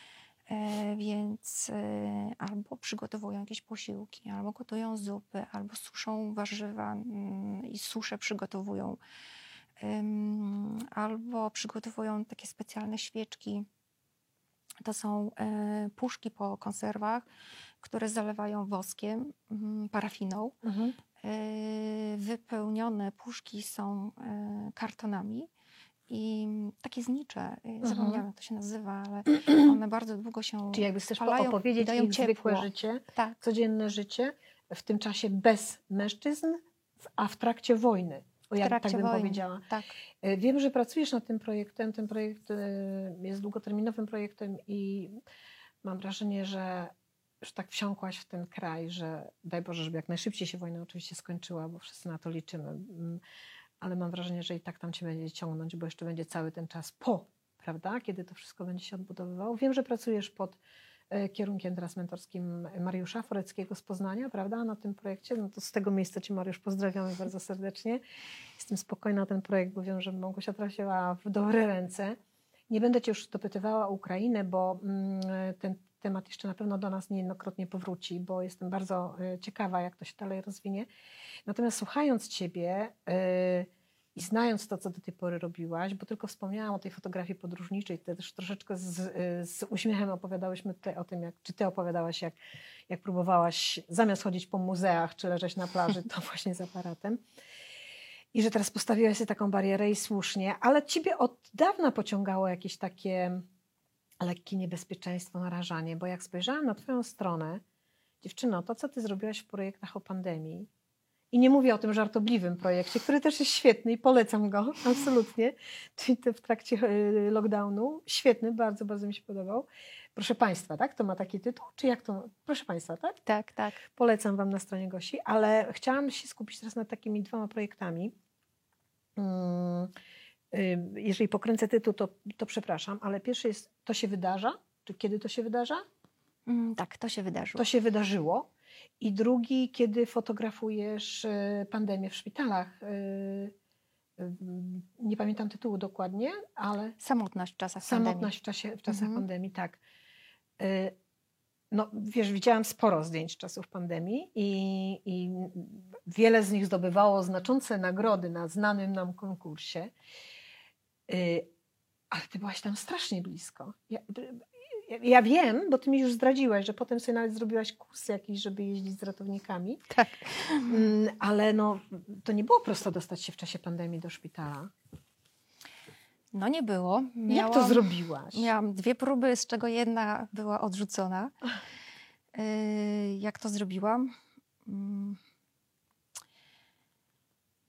Więc albo przygotowują jakieś posiłki, albo gotują zupy, albo suszą warzywa i susze przygotowują. Albo przygotowują takie specjalne świeczki. To są puszki po konserwach, które zalewają woskiem, parafiną. Mhm. Wypełnione puszki są kartonami i takie znicze, zapomniałam mhm. jak to się nazywa, ale one bardzo długo się Czyli jakby chcesz palają, opowiedzieć dają ich ciepło. zwykłe życie, tak. codzienne życie, w tym czasie bez mężczyzn, a w trakcie wojny. O, ja tak bym wojny. powiedziała. Tak. Wiem, że pracujesz nad tym projektem. Ten projekt jest długoterminowym projektem i mam wrażenie, że już tak wsiąkłaś w ten kraj, że daj Boże, żeby jak najszybciej się wojna oczywiście skończyła, bo wszyscy na to liczymy. Ale mam wrażenie, że i tak tam cię będzie ciągnąć, bo jeszcze będzie cały ten czas po, prawda? Kiedy to wszystko będzie się odbudowywało. Wiem, że pracujesz pod kierunkiem teraz mentorskim Mariusza Foreckiego z Poznania, prawda, na tym projekcie. No to z tego miejsca cię, Mariusz, pozdrawiamy bardzo serdecznie. Jestem spokojna na ten projekt, bo wiem, że Małgosia trafiła w dobre ręce. Nie będę cię już dopytywała o Ukrainę, bo ten temat jeszcze na pewno do nas niejednokrotnie powróci, bo jestem bardzo ciekawa, jak to się dalej rozwinie. Natomiast słuchając ciebie yy, i znając to, co do tej pory robiłaś, bo tylko wspomniałam o tej fotografii podróżniczej, ty też troszeczkę z, z uśmiechem opowiadałyśmy tutaj o tym, jak, czy ty opowiadałaś, jak, jak próbowałaś zamiast chodzić po muzeach, czy leżeć na plaży, to właśnie z aparatem. I że teraz postawiłaś sobie taką barierę i słusznie, ale ciebie od dawna pociągało jakieś takie lekkie niebezpieczeństwo, narażanie, bo jak spojrzałam na twoją stronę, dziewczyno, to co ty zrobiłaś w projektach o pandemii, i nie mówię o tym żartobliwym projekcie, który też jest świetny i polecam go, absolutnie, czyli w trakcie lockdownu, świetny, bardzo, bardzo mi się podobał. Proszę Państwa, tak? To ma taki tytuł? Czy jak to? Proszę Państwa, tak? Tak, tak. Polecam Wam na stronie Gosi, ale chciałam się skupić teraz nad takimi dwoma projektami. Jeżeli pokręcę tytuł, to, to przepraszam, ale pierwszy jest, to się wydarza? Czy kiedy to się wydarza? Mm, tak, to się wydarzyło. To się wydarzyło. I drugi, kiedy fotografujesz pandemię w szpitalach. Nie pamiętam tytułu dokładnie, ale... Samotność w czasach Samotność pandemii. w, czasie, w czasach mhm. pandemii, tak. No wiesz, widziałam sporo zdjęć z czasów pandemii i, i wiele z nich zdobywało znaczące nagrody na znanym nam konkursie. Ale ty byłaś tam strasznie blisko. Ja, Ja wiem, bo ty mi już zdradziłaś, że potem sobie nawet zrobiłaś kurs jakiś, żeby jeździć z ratownikami. Tak. Ale no, to nie było prosto dostać się w czasie pandemii do szpitala. No nie było. Miałam, Jak to zrobiłaś? Miałam dwie próby, z czego jedna była odrzucona. Yy, jak to zrobiłam? Yy.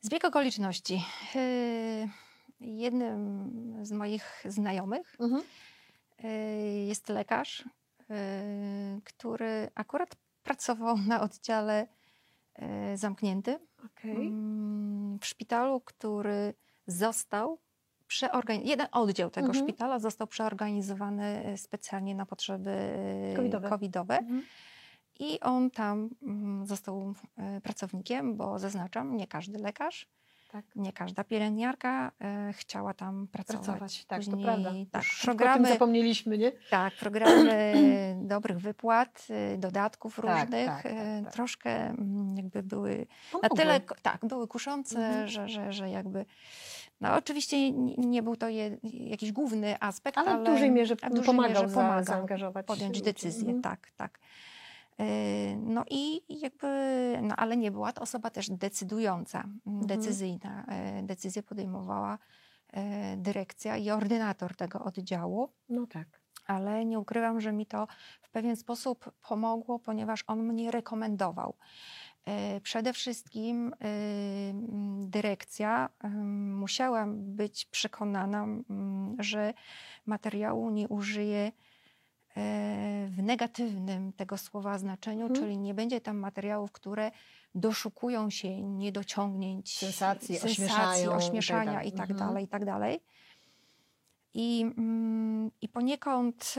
Zbieg okoliczności. Yy, jednym z moich znajomych Mhm. yy, jest lekarz, yy, który akurat pracował na oddziale yy, zamkniętym Okej. mm, w szpitalu, który został przeorganizowany. Jeden oddział tego Mhm. szpitala został przeorganizowany yy, specjalnie na potrzeby yy, Covidowe. covidowe. Mhm. I on tam mm, został e, pracownikiem, bo zaznaczam, nie każdy lekarz, Tak. nie każda pielęgniarka e, chciała tam pracować. Pracować, tak, Później, to prawda. Tak, Już szybko o tym programy, zapomnieliśmy, nie? tak, programy dobrych wypłat, e, dodatków Tak, różnych, tak, tak, e, tak. troszkę mm, jakby były na Pomogły. tyle, ko- tak, były kuszące, Mhm. że, że, że jakby, no oczywiście n- nie był to je, jakiś główny aspekt, Ale ale, w dużej mierze a w dużej pomagał mierze za- pomagał zaangażować podjąć ludzi. decyzję, Mhm. tak, tak. Yy, No i jakby, no ale nie była to osoba też decydująca, Mhm. decyzyjna. Yy, Decyzję podejmowała yy, dyrekcja i ordynator tego oddziału, No tak. ale nie ukrywam, że mi to w pewien sposób pomogło, ponieważ on mnie rekomendował. Yy, Przede wszystkim yy, mm, dyrekcja yy, musiała być przekonana, mm, że materiału nie użyje e, w negatywnym tego słowa znaczeniu, Mhm. czyli nie będzie tam materiałów, które doszukują się niedociągnięć, Sensacji, sensacji ośmieszają i tak ośmieszania dalej. i tak Mhm. dalej, i tak dalej. I, mm, i poniekąd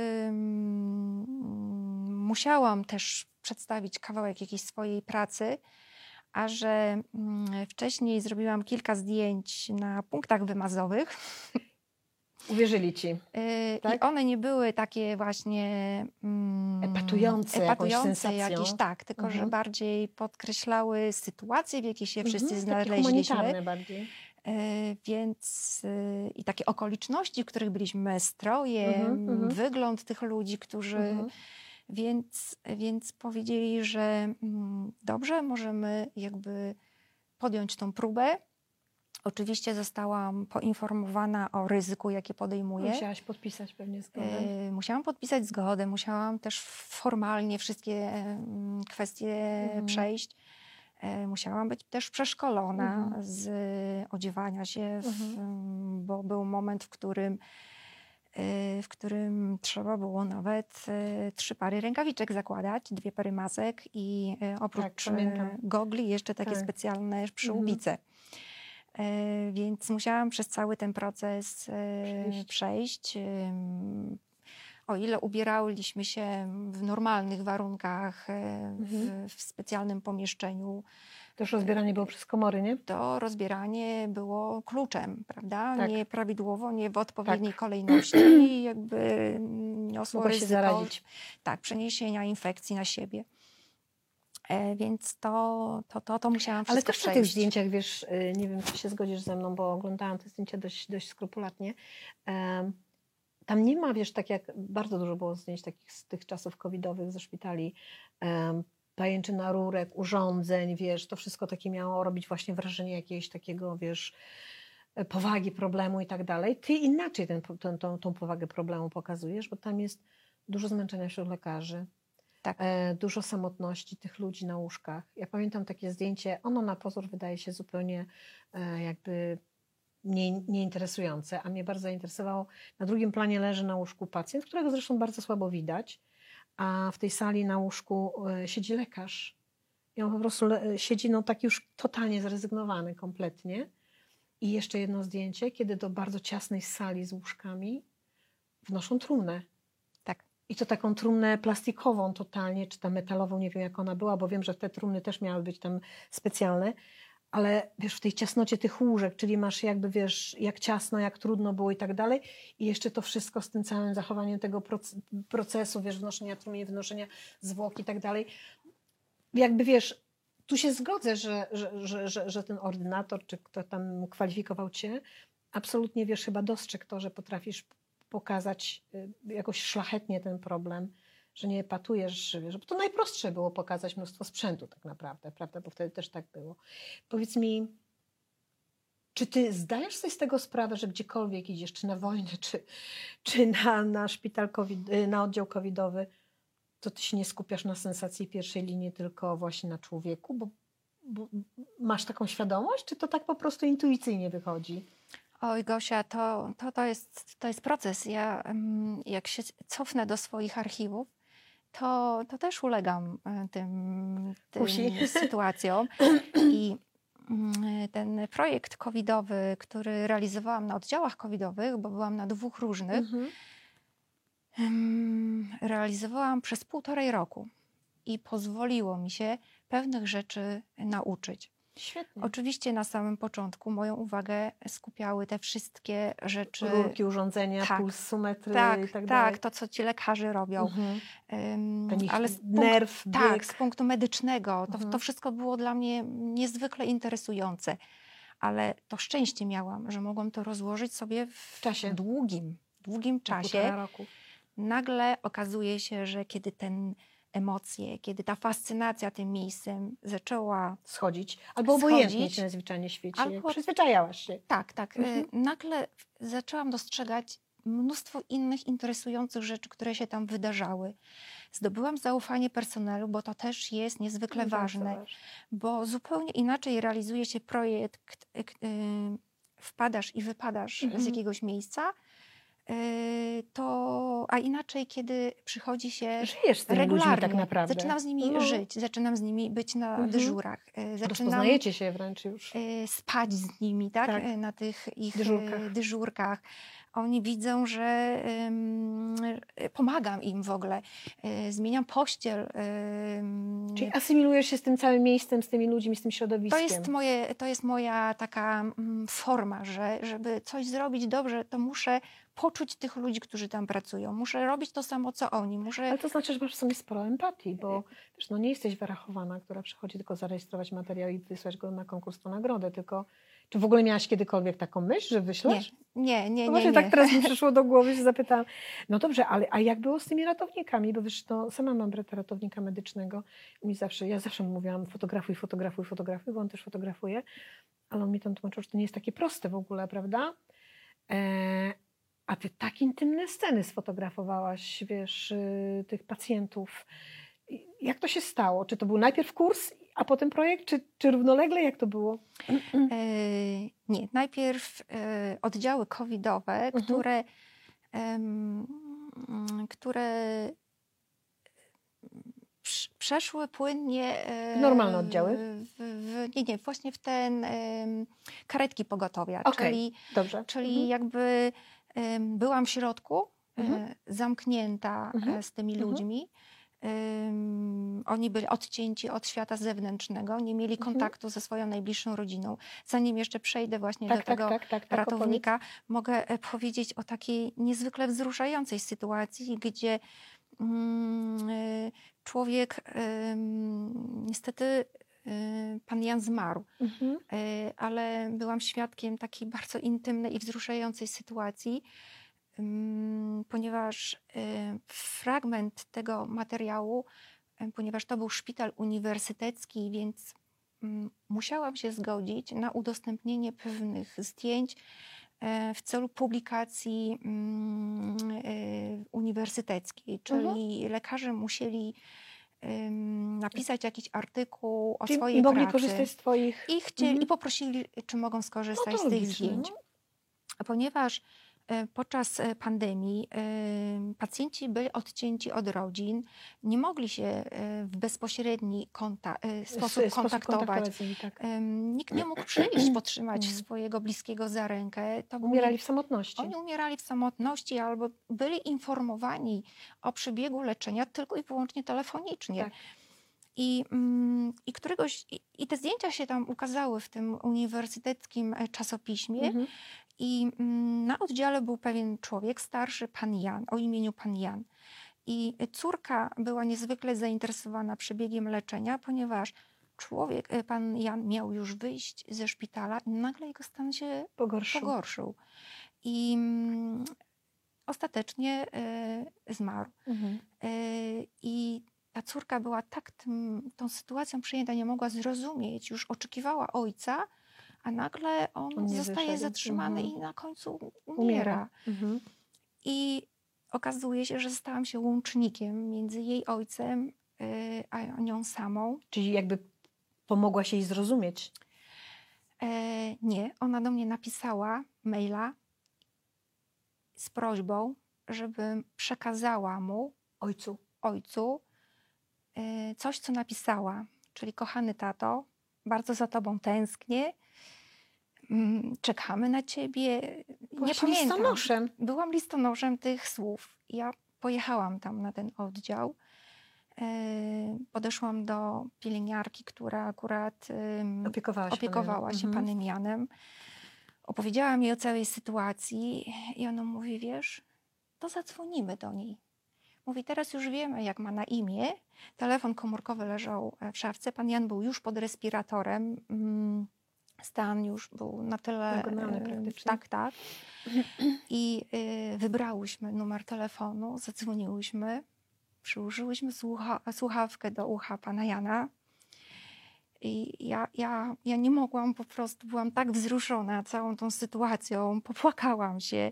ym, musiałam też przedstawić kawałek jakiejś swojej pracy, a że mm, wcześniej zrobiłam kilka zdjęć na punktach wymazowych, Uwierzyli ci. Yy, Tak? I one nie były takie właśnie mm, Epatujące jakąś epatujące sensacją. jakieś, tak, tylko że Mhm. bardziej podkreślały sytuację, w jakiej się wszyscy Mhm. Takie znaleźliśmy. humanitarne bardziej. Yy, Więc yy, i takie okoliczności, w których byliśmy, stroje, Mhm, mhm. wygląd tych ludzi, którzy, Mhm. więc, więc powiedzieli, że mm, dobrze, możemy jakby podjąć tą próbę. Oczywiście zostałam poinformowana o ryzyku, jakie podejmuję. Musiałaś podpisać pewnie zgodę. Yy, Musiałam podpisać zgodę, musiałam też formalnie wszystkie mm, kwestie Mhm. przejść. Yy, Musiałam być też przeszkolona Mhm. z odziewania się, w, Mhm. mm, bo był moment, w którym, yy, w którym trzeba było nawet yy, trzy pary rękawiczek zakładać, dwie pary masek i yy, oprócz pamiętam. yy, gogli jeszcze takie Tak. specjalne przyłbice. Mhm. E, Więc musiałam przez cały ten proces e, Przejść. przejść. Ym, O ile ubieraliśmy się w normalnych warunkach, e, w, Mhm. w specjalnym pomieszczeniu, Też rozbieranie było przez komory, nie? to rozbieranie było kluczem, prawda? Tak. Nieprawidłowo, nie w odpowiedniej Tak. kolejności i jakby niosło Mogłaś się ryzyko, zarazić. tak, przeniesienia infekcji na siebie. E, Więc to, to, to, to musiałam Ale wszystko też na tych przejść. zdjęciach, wiesz, y, nie wiem, czy się zgodzisz ze mną, bo oglądałam te zdjęcia dość, dość skrupulatnie. Em, Tam nie ma, wiesz, tak jak bardzo dużo było zdjęć takich z tych czasów covidowych ze szpitali, em, pajęczyna rurek, urządzeń, wiesz, to wszystko takie miało robić właśnie wrażenie jakiegoś takiego, wiesz, powagi problemu i tak dalej. Ty inaczej ten, ten, tą, tą powagę problemu pokazujesz, bo tam jest dużo zmęczenia wśród lekarzy, Tak. e, dużo samotności tych ludzi na łóżkach. Ja pamiętam takie zdjęcie, ono na pozór wydaje się zupełnie e, jakby nie, nieinteresujące, a mnie bardzo zainteresowało. Na drugim planie leży na łóżku pacjent, którego zresztą bardzo słabo widać, a w tej sali na łóżku e, siedzi lekarz. I on po prostu le, siedzi no tak już totalnie zrezygnowany kompletnie. I jeszcze jedno zdjęcie, kiedy do bardzo ciasnej sali z łóżkami wnoszą trumnę. Tak. I to taką trumnę plastikową totalnie, czy tam metalową, nie wiem jak ona była, bo wiem, że te trumny też miały być tam specjalne, ale wiesz, w tej ciasnocie tych łóżek, czyli masz jakby, wiesz, jak ciasno, jak trudno było i tak dalej, i jeszcze to wszystko z tym całym zachowaniem tego procesu, wiesz, wnoszenia trumien, wnoszenia zwłok i tak dalej. Jakby, wiesz, tu się zgodzę, że, że, że, że, że ten ordynator, czy kto tam kwalifikował cię, absolutnie, wiesz, chyba dostrzegł to, że potrafisz pokazać jakoś szlachetnie ten problem, że nie epatujesz, wiesz, bo to najprostsze było pokazać mnóstwo sprzętu tak naprawdę, prawda, bo wtedy też tak było. Powiedz mi, czy ty zdajesz sobie z tego sprawę, że gdziekolwiek idziesz, czy na wojnę, czy, czy na, na szpital COVID, na oddział covidowy, to ty się nie skupiasz na sensacji pierwszej linii, tylko właśnie na człowieku, bo bo masz taką świadomość, czy to tak po prostu intuicyjnie wychodzi? Oj, Gosia, to, to, to, jest, to jest proces. Ja em, jak się cofnę do swoich archiwów, to, to też ulegam e, tym, Kusi. tym sytuacjom. I mm, ten projekt covidowy, który realizowałam na oddziałach covidowych, bo byłam na dwóch różnych, Mhm. em, realizowałam przez półtorej roku i pozwoliło mi się pewnych rzeczy nauczyć. Świetnie. Oczywiście na samym początku moją uwagę skupiały te wszystkie rzeczy. Rurki, urządzenia, tak, pulsometry tak, i tak tak, dalej. to co ci lekarze robią. Mhm. Ym, Ten ich ale z punktu, nerw, tak, bieg. z punktu medycznego to, Mhm. to wszystko było dla mnie niezwykle interesujące. Ale to szczęście miałam, że mogłam to rozłożyć sobie w, W czasie. długim, długim Na czasie. półtora roku. Nagle okazuje się, że kiedy ten emocje, kiedy ta fascynacja tym miejscem zaczęła Schodzić. Albo obojętnie schodzić, się na zwyczajnie świeci. albo- Jak przyzwyczajałaś się. tak, tak, Mhm. y, nagle zaczęłam dostrzegać mnóstwo innych interesujących rzeczy, które się tam wydarzały. Zdobyłam zaufanie personelu, bo to też jest niezwykle Bardzo ważne, bo zupełnie inaczej realizuje się projekt, y, y, wpadasz i wypadasz Mhm. z jakiegoś miejsca, y, to, a inaczej, kiedy przychodzi się Żyjesz z tymi regularnie. ludźmi tak naprawdę. Zaczynam z nimi No. żyć, zaczynam z nimi być na Mhm. dyżurach, y, zaczynam Rozpoznajecie się wręcz już. y, spać z nimi, tak? Tak. Y, na tych ich Dyżurkach. y, dyżurkach. Oni widzą, że ym, y, pomagam im w ogóle. Y, zmieniam pościel. ym, Czyli asymilujesz się z tym całym miejscem, z tymi ludźmi, z tym to środowiskiem. jest, moje, to jest moja taka mm, forma, że żeby coś zrobić dobrze, to muszę poczuć tych ludzi, którzy tam pracują. Muszę robić to samo, co oni. Muszę... Ale to znaczy, że masz w sobie sporo empatii, bo wiesz, no nie jesteś wyrachowana, która przychodzi tylko zarejestrować materiał i wysłać go na konkurs po nagrodę, tylko czy w ogóle miałaś kiedykolwiek taką myśl, że Nie, wyślesz? nie, nie, No nie. właśnie nie. tak teraz mi przyszło do głowy, że zapytałam, no dobrze, ale a jak było z tymi ratownikami? Bo wiesz, no, sama mam brata ratownika medycznego i mi zawsze, ja zawsze mu mówiłam fotografuj, fotografuj, fotografuj, bo on też fotografuje, ale on mi tam tłumaczył, że to nie jest takie proste w ogóle, prawda? E, a ty tak intymne sceny sfotografowałaś, wiesz, y, tych pacjentów. I jak to się stało? Czy to był najpierw kurs, a potem projekt, czy, czy równolegle? Jak to było? E, nie, najpierw e, oddziały covidowe, Mhm. które, em, które prz- przeszły płynnie e, W normalne oddziały? W, w, nie, nie, właśnie w ten em, karetki pogotowia, Okej, czyli, dobrze. czyli Mhm. jakby em, byłam w środku, e, Mhm. zamknięta e, Mhm. z tymi Mhm. ludźmi. Ym, oni byli odcięci od świata zewnętrznego, nie mieli Mhm. kontaktu ze swoją najbliższą rodziną. Zanim jeszcze przejdę właśnie Tak, do tak, tego tak, tak, tak, ratownika, mogę e, powiedzieć o takiej niezwykle wzruszającej sytuacji, gdzie mm, y, człowiek, ym, niestety y, pan Jan zmarł, opowiedz. Mhm. y, ale byłam świadkiem takiej bardzo intymnej i wzruszającej sytuacji, ym, ponieważ y, fragment tego materiału, y, ponieważ to był szpital uniwersytecki, więc ym, musiałam się zgodzić na udostępnienie pewnych zdjęć e, w celu publikacji ym, y, uniwersyteckiej, czyli lekarze musieli ym, napisać jakiś artykuł o Czyli swojej mogli pracy korzystać z twoich... i, chcieli, Mhm. i poprosili, czy mogą skorzystać No to z tych logiczne, zdjęć. no. Ponieważ e, podczas e, pandemii e, pacjenci byli odcięci od rodzin, nie mogli się e, w bezpośredni konta- e, sposób S- kontaktować. z nimi, tak. Em, Nikt nie mógł przyjść, potrzymać Mhm. swojego bliskiego za rękę. To był Umierali w samotności. Oni umierali w samotności albo byli informowani o przebiegu leczenia tylko i wyłącznie telefonicznie. Tak. I, mm, i, któregoś, i, I te zdjęcia się tam ukazały w tym uniwersyteckim e, czasopiśmie. Mhm. I mm, na oddziale był pewien człowiek, starszy pan Jan, o imieniu pan Jan. I córka była niezwykle zainteresowana przebiegiem leczenia, ponieważ człowiek, e, pan Jan miał już wyjść ze szpitala i nagle jego stan się Pogorszył. pogorszył. I mm, ostatecznie e, zmarł. Mhm. E, I ta córka była tak tym, tą sytuacją przejęta, nie mogła zrozumieć, już oczekiwała ojca, a nagle on, On nie zostaje wyszedł. zatrzymany Mhm. i na końcu umiera. Umiera. Mhm. I okazuje się, że stałam się łącznikiem między jej ojcem y, a nią samą. Czyli jakby Pomogłaś jej zrozumieć? E, nie, ona do mnie napisała maila z prośbą, żebym przekazała mu, Ojcu. ojcu, e, coś, co napisała. Czyli kochany tato, bardzo za tobą tęsknię, mm, czekamy na ciebie. Byłaś Nie pamiętam. listonoszem. Byłam listonoszem tych słów. Ja pojechałam tam na ten oddział. E, podeszłam do pielęgniarki, która akurat em, Opiekowała się opiekowała panem. się Mhm. panem Janem. Opowiedziałam jej o całej sytuacji i ona mówi, wiesz, to zadzwonimy do niej. Mówi, teraz już wiemy, jak ma na imię. Telefon komórkowy leżał w szafce. Pan Jan był już pod respiratorem. Mm, Stan już był na tyle... Nagonany e, praktycznie. Tak, tak. I y, wybrałyśmy numer telefonu, zadzwoniłyśmy, przyłożyłyśmy słucha słuchawkę do ucha pana Jana. I ja, ja, ja nie mogłam, po prostu byłam tak wzruszona całą tą sytuacją, popłakałam się.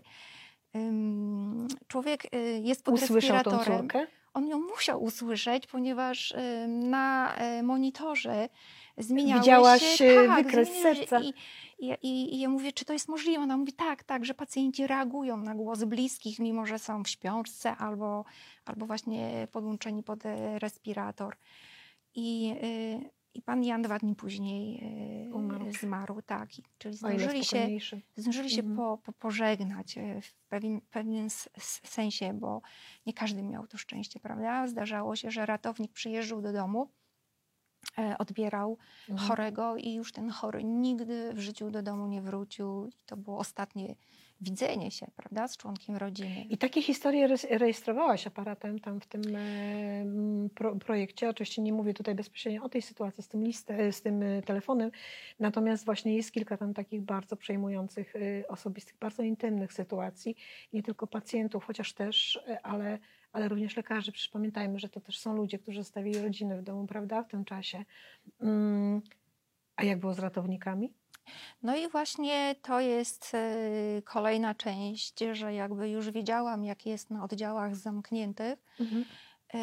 Ym, człowiek y, jest pod Usłyszał tą respiratorem. córkę? On ją musiał usłyszeć, ponieważ y, na y, monitorze zmieniały Widziałaś, się... y, Tak, wykres zmieniały się serca. I, i, i, I ja mówię, czy to jest możliwe? Ona mówi, tak, tak, że pacjenci reagują na głos bliskich, mimo że są w śpiączce albo, albo właśnie podłączeni pod y, respirator. I, y, I pan Jan dwa dni później y, Umarł. zmarł, tak. I, czyli O ile zdążyli się, spokojniejszy. zdążyli się Mhm. po, po, pożegnać e, w pewien, pewien s- s- sensie, bo nie każdy miał to szczęście, prawda? Zdarzało się, że ratownik przyjeżdżał do domu, e, odbierał Mhm. chorego i już ten chory nigdy w życiu do domu nie wrócił. I to było ostatnie widzenie się, prawda, z członkiem rodziny. I takie historie res- rejestrowałaś aparatem tam w tym e, m, pro, projekcie. Oczywiście nie mówię tutaj bezpośrednio o tej sytuacji z tym, list, e, z tym e, telefonem, natomiast właśnie jest kilka tam takich bardzo przejmujących, e, osobistych, bardzo intymnych sytuacji. Nie tylko pacjentów, chociaż też, e, ale, ale również lekarzy. Przecież pamiętajmy, że to też są ludzie, którzy zostawili rodziny w domu, prawda, w tym czasie. Mm, a jak było z ratownikami? No i właśnie to jest e, kolejna część, że jakby już wiedziałam, jak jest na oddziałach zamkniętych. Mhm. E,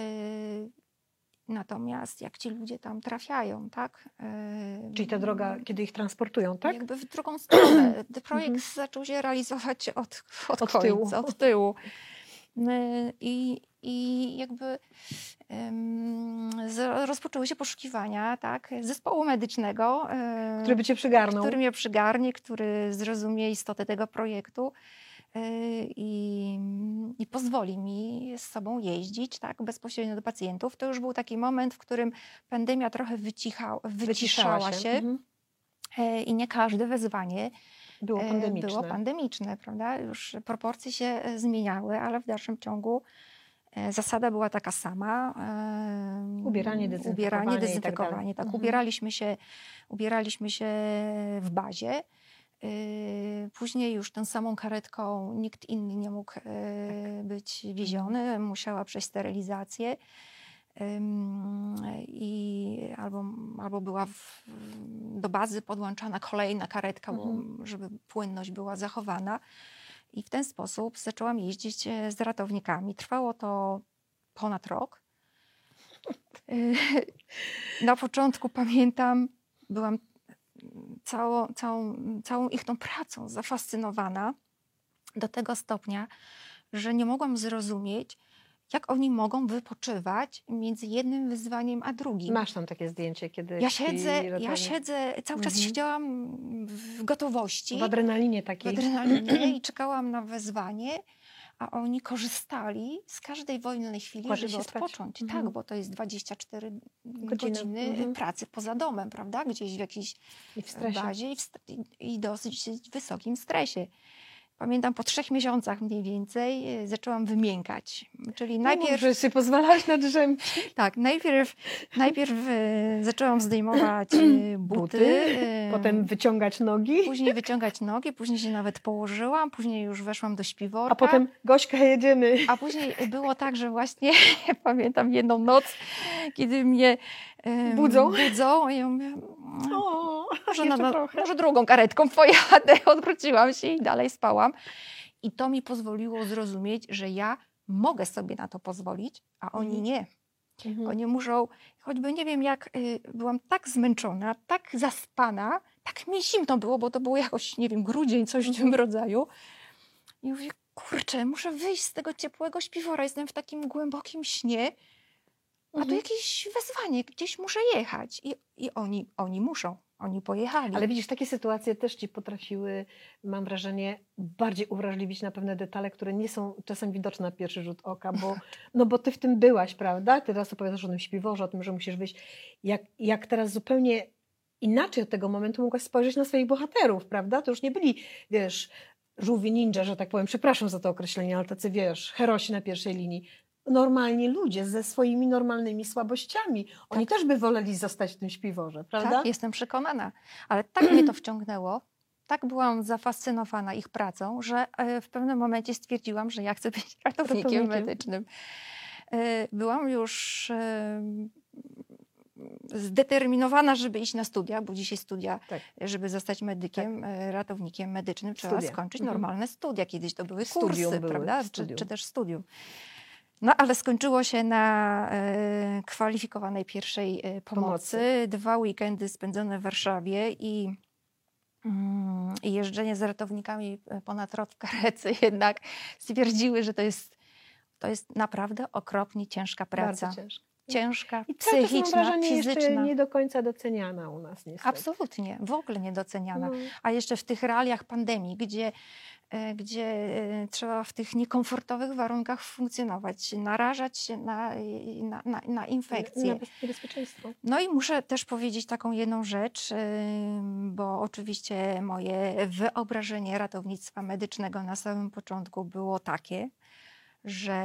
Natomiast jak ci ludzie tam trafiają, tak? E, Czyli ta droga, kiedy ich transportują, tak? Jakby w drugą stronę. Ten projekt Mhm. zaczął się realizować od, od, Od końca, tyłu. od tyłu. E, I, i jakby em, z- rozpoczęły się poszukiwania, tak? Zespołu medycznego, e, Który by cię przygarnął. który mnie przygarnie, który zrozumie istotę tego projektu y, i, i pozwoli mi z sobą jeździć, tak, bezpośrednio do pacjentów. To już był taki moment, w którym pandemia trochę wycicha, wyciszała się, Mhm. y, i nie każde wezwanie Było y, pandemiczne. było pandemiczne, prawda? Już proporcje się y, zmieniały, ale w dalszym ciągu y, zasada była taka sama. y, Ubieranie, dezynfekowanie ubieranie, i tak dalej. dezynfekowanie. Tak, Mhm. ubieraliśmy się, ubieraliśmy się w bazie. Yy, Później już tą samą karetką nikt inny nie mógł yy, być wieziony, musiała przejść sterylizację. Ym, I albo, albo była w, do bazy podłączana kolejna karetka, Mhm. bo, żeby płynność była zachowana. I w ten sposób zaczęłam jeździć e, z ratownikami. Trwało to ponad rok. Yy, Na początku pamiętam, byłam całą, całą, całą ich tą pracą zafascynowana do tego stopnia, że nie mogłam zrozumieć, jak oni mogą wypoczywać między jednym wyzwaniem a drugim. Masz tam takie zdjęcie, kiedy Ja ci siedzę, ja ratownik- siedzę, cały czas Mhm. siedziałam w gotowości, w adrenalinie w takiej. adrenalinie i czekałam na wezwanie, a oni korzystali z każdej wolnej chwili, Kładli żeby się spać. odpocząć. Mhm. Tak, bo to jest dwadzieścia cztery Godziny. godziny Mhm. pracy poza domem, prawda? Gdzieś w jakiejś I w stresie. bazie i, w st- i- i dosyć wysokim stresie. Pamiętam, po trzech miesiącach mniej więcej e, zaczęłam wymiękać. Czyli Najpierw najpierw, że sobie pozwalałaś na drzemki. tak, najpierw, najpierw e, zaczęłam zdejmować e, buty, Buty, e, Potem wyciągać nogi, później wyciągać nogi, później się nawet położyłam, później już weszłam do śpiworka. a potem Gośka, jedziemy. A później było tak, że właśnie pamiętam jedną noc, kiedy mnie em, Budzą? budzą i ja mówię, O, może, jeszcze na, trochę. może drugą karetką pojadę. Odwróciłam się i dalej spałam. I to mi pozwoliło zrozumieć, że ja mogę sobie na to pozwolić, a oni Mhm. nie. Mhm. Oni muszą, choćby nie wiem jak, y, byłam tak zmęczona, tak zaspana, tak mi zimno było, bo to było jakoś, nie wiem, grudzień, coś w tym rodzaju. I mówię, kurczę, muszę wyjść z tego ciepłego śpiwora, jestem w takim głębokim śnie, a tu Mhm. jakieś wezwanie, gdzieś muszę jechać. I, i oni, oni muszą, oni pojechali. Ale widzisz, takie sytuacje też ci potrafiły, mam wrażenie, bardziej uwrażliwić na pewne detale, które nie są czasem widoczne na pierwszy rzut oka, bo, no bo ty w tym byłaś, prawda? Ty teraz opowiadasz o tym śpiworze, o tym, że musisz wyjść. Jak, jak teraz zupełnie inaczej od tego momentu mogłaś spojrzeć na swoich bohaterów, prawda? To już nie byli, wiesz, żółwie ninja, że tak powiem, przepraszam za to określenie, ale tacy, wiesz, herosi na pierwszej linii. Normalni ludzie ze swoimi normalnymi słabościami. Oni też by woleli zostać w tym śpiworze, prawda? Tak, jestem przekonana. Ale tak mnie to wciągnęło, tak byłam zafascynowana ich pracą, że e, w pewnym momencie stwierdziłam, że ja chcę być ratownikiem Ratownikiem. medycznym. E, Byłam już e, zdeterminowana, żeby iść na studia, bo dzisiaj studia, Tak. żeby zostać medykiem, e, ratownikiem medycznym, trzeba Studia. skończyć Mhm. normalne studia. Kiedyś to były Studium kursy, były, prawda? Czy, studium. czy też studium. No ale skończyło się na e, kwalifikowanej pierwszej e, pomocy. Pomocy. Dwa weekendy spędzone w Warszawie i, mm, i jeżdżenie z ratownikami ponad rok w karece jednak stwierdziły, że to jest, to jest naprawdę okropnie ciężka praca. Bardzo ciężko. Ciężka, I cały czas mam psychiczna, wrażenie jeszcze fizyczna. nie do końca doceniana u nas niestety. Absolutnie, w ogóle niedoceniana. No. A jeszcze w tych realiach pandemii, gdzie, e, gdzie e, trzeba w tych niekomfortowych warunkach funkcjonować, narażać się na, na, na, na infekcje. Na niebezpieczeństwo. No i muszę też powiedzieć taką jedną rzecz, ym, bo oczywiście moje wyobrażenie ratownictwa medycznego na samym początku było takie, że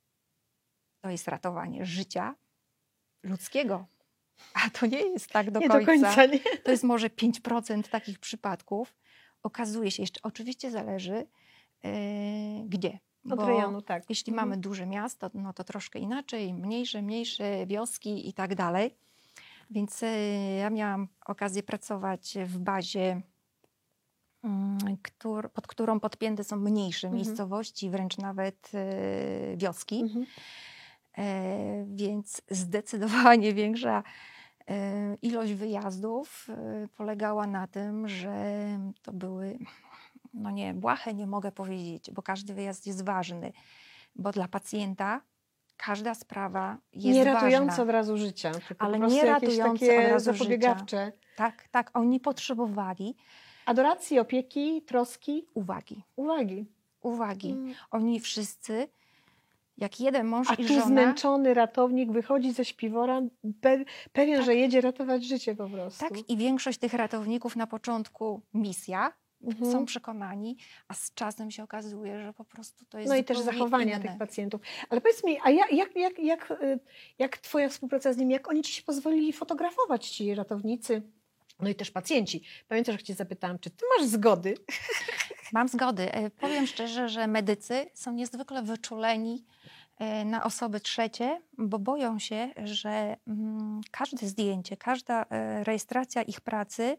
to jest ratowanie życia ludzkiego. A to nie jest tak do Nie końca. do końca, nie? To jest może pięć procent takich przypadków. Okazuje się, jeszcze oczywiście zależy yy, gdzie. Od Bo rejonu, tak. jeśli Mhm. mamy duże miasto, no to troszkę inaczej, mniejsze, mniejsze wioski i tak dalej. Więc yy, ja miałam okazję pracować w bazie, yy, któr, pod którą podpięte są mniejsze Mhm. miejscowości, wręcz nawet yy, wioski. Mhm. E, więc zdecydowanie większa e, ilość wyjazdów e, polegała na tym, że to były, no nie, błahe nie mogę powiedzieć, bo każdy wyjazd jest ważny, bo dla pacjenta każda sprawa jest Nie ratujące ważna. od razu życia, tylko Ale po prostu nie jakieś ratujące takie od razu zapobiegawcze. Tak, tak, oni potrzebowali Adoracji, opieki, troski, uwagi, uwagi. uwagi. Mm. Oni wszyscy, jak jeden mąż A i tu żona, zmęczony ratownik wychodzi ze śpiwora pe pewien, Tak. że jedzie ratować życie po prostu. tak, i większość tych ratowników na początku misja, Mhm. są przekonani, a z czasem się okazuje, że po prostu to jest No i też zupełnie zachowania inne. tych pacjentów. Ale powiedz mi, a jak, jak, jak, jak, y, jak twoja współpraca z nimi, jak oni ci się pozwolili fotografować, ci ratownicy, no i też pacjenci? Pamiętasz, jak cię zapytałam, czy ty masz zgody? Mam zgody. E, Powiem szczerze, że medycy są niezwykle wyczuleni e, na osoby trzecie, bo boją się, że mm, każde zdjęcie, każda e, rejestracja ich pracy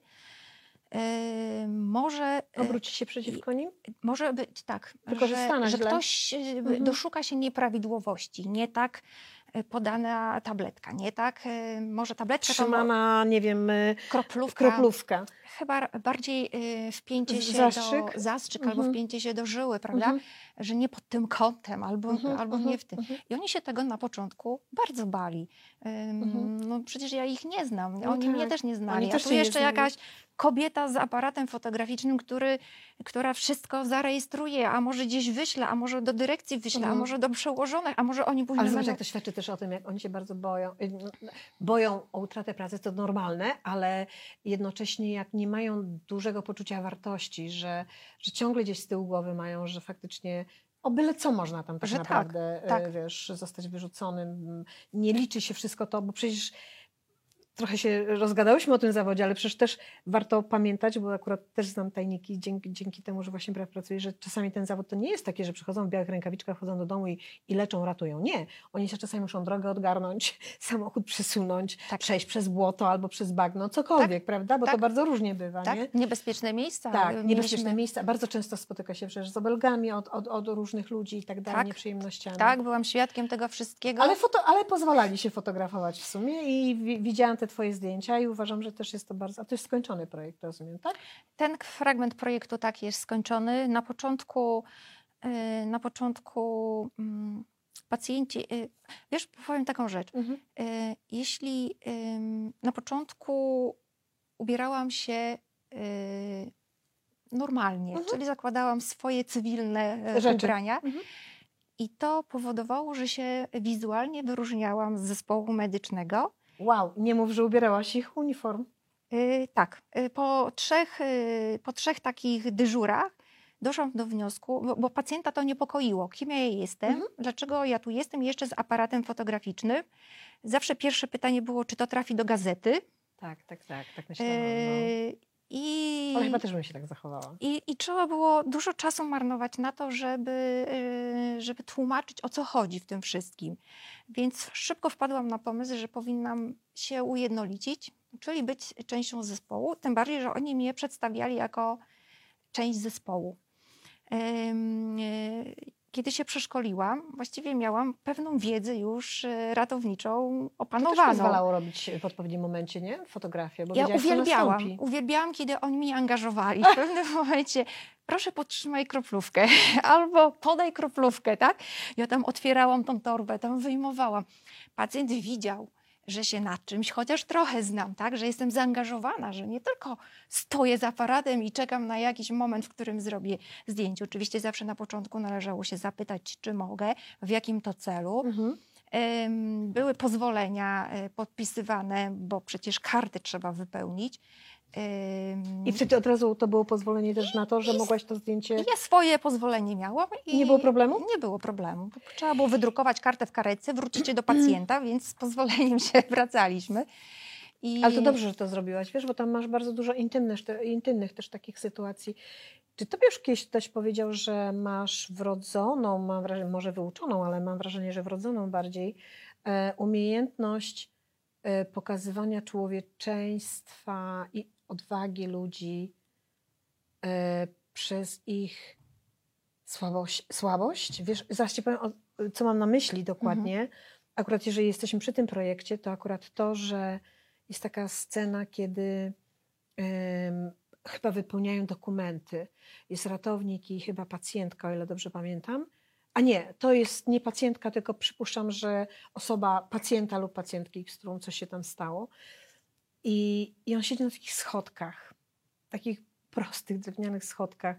e, może, e, Obróci się przeciwko nim? może być tak, że, Wykorzystana że źle. ktoś e, Mhm. doszuka się nieprawidłowości, nie tak e, podana tabletka, nie tak, e, może tabletka to Trzymana, nie wiem, y, kroplówka. kroplówka. Chyba bardziej y, wpięcie się Zastrzyk? do zastrzyk Mhm. albo wpięcie się do żyły, prawda? Mhm. Że nie pod tym kątem albo, Mhm, albo mhm, nie w tym. mhm. I oni się tego na początku bardzo bali. Ym, Mhm. No przecież ja ich nie znam, No oni mnie tak. też nie znali. Oni A też tu cię nie jeszcze znali. jakaś kobieta z aparatem fotograficznym, który, która wszystko zarejestruje, a może gdzieś wyśle, a może do dyrekcji wyśle, Mhm. a może do przełożonych, a może oni później Ale zobacz, będą... jak to świadczy też o tym, jak oni się bardzo boją. y, no, Boją o utratę pracy, to normalne, ale jednocześnie jak nie mają dużego poczucia wartości, że, że ciągle gdzieś z tyłu głowy mają, że faktycznie o byle co można tam tak Że tak, naprawdę tak. y, wiesz, zostać wyrzuconym. Nie liczy się wszystko to, bo przecież trochę się rozgadałyśmy o tym zawodzie, ale przecież też warto pamiętać, bo akurat też znam tajniki dzięki, dzięki temu, że właśnie pracuję, że czasami ten zawód to nie jest takie, że przychodzą w białych rękawiczkach, chodzą do domu i, i leczą, ratują. Nie. Oni się czasami muszą drogę odgarnąć, samochód przesunąć, tak. przejść przez błoto albo przez bagno, cokolwiek, tak. prawda? Bo tak. to bardzo różnie bywa, tak. nie? Niebezpieczne miejsca. Tak, Mieliśmy... niebezpieczne miejsca. Bardzo często spotyka się przecież z obelgami od, od, od różnych ludzi i tak dalej, tak. nieprzyjemnościami. Tak, byłam świadkiem tego wszystkiego. Ale, foto, ale pozwalali się fotografować w sumie i wi widziałam te twoje zdjęcia i uważam, że też jest to bardzo... A to jest skończony projekt, rozumiem, tak? Ten fragment projektu tak jest skończony. Na początku, yy, na początku yy, pacjenci... Yy, wiesz, powiem taką rzecz. Mhm. Yy, jeśli yy, na początku ubierałam się yy, normalnie, mhm. czyli zakładałam swoje cywilne Rzeczy. ubrania, mhm. i to powodowało, że się wizualnie wyróżniałam z zespołu medycznego. Wow, nie mów, że ubierałaś ich uniform. Yy, tak, yy, po, trzech, yy, po trzech takich dyżurach doszłam do wniosku, bo, bo pacjenta to niepokoiło, kim ja jestem, mhm. dlaczego ja tu jestem jeszcze z aparatem fotograficznym. Zawsze pierwsze pytanie było, czy to trafi do gazety. Tak, tak, tak, tak myślałam. No. Yy, I, Ale chyba też bym się tak zachowała. I, I trzeba było dużo czasu marnować na to, żeby, żeby tłumaczyć, o co chodzi w tym wszystkim. Więc szybko wpadłam na pomysł, że powinnam się ujednolicić, czyli być częścią zespołu, tym bardziej, że oni mnie przedstawiali jako część zespołu. Kiedy się przeszkoliłam, właściwie miałam pewną wiedzę już ratowniczą opanowaną. To też pozwalało robić w odpowiednim momencie, nie? Fotografię, bo ja wiedziałaś, uwielbiałam, co nastąpi. uwielbiałam, kiedy oni mnie angażowali. W pewnym momencie, proszę podtrzymaj kroplówkę, albo podaj kroplówkę, tak? Ja tam otwierałam tą torbę, tam wyjmowałam. Pacjent widział, że się nad czymś chociaż trochę znam, tak? Że jestem zaangażowana, że nie tylko stoję z aparatem i czekam na jakiś moment, w którym zrobię zdjęcie. Oczywiście zawsze na początku należało się zapytać, czy mogę, w jakim to celu. Mhm. Były pozwolenia podpisywane, bo przecież karty trzeba wypełnić. I wtedy od razu to było pozwolenie też na to, że mogłaś to zdjęcie... Ja swoje pozwolenie miałam. I nie było problemu? Nie było problemu. Trzeba było wydrukować kartę w karetce, wrócić je do pacjenta, więc z pozwoleniem się wracaliśmy. I... Ale to dobrze, że to zrobiłaś, wiesz, bo tam masz bardzo dużo intymnych, intymnych też takich sytuacji. Czy tobie już kiedyś ktoś powiedział, że masz wrodzoną, mam wrażenie, może wyuczoną, ale mam wrażenie, że wrodzoną bardziej, e, umiejętność e, pokazywania człowieczeństwa i odwagi ludzi e, przez ich słabość, słabość? Wiesz, zaraz ci powiem, o, co mam na myśli dokładnie. Mhm. Akurat jeżeli jesteśmy przy tym projekcie, to akurat to, że jest taka scena, kiedy um, chyba wypełniają dokumenty. Jest ratownik i chyba pacjentka, o ile dobrze pamiętam. A nie, to jest nie pacjentka, tylko przypuszczam, że osoba pacjenta lub pacjentki, z którą coś się tam stało. I, i on siedzi na takich schodkach, takich prostych, drewnianych schodkach.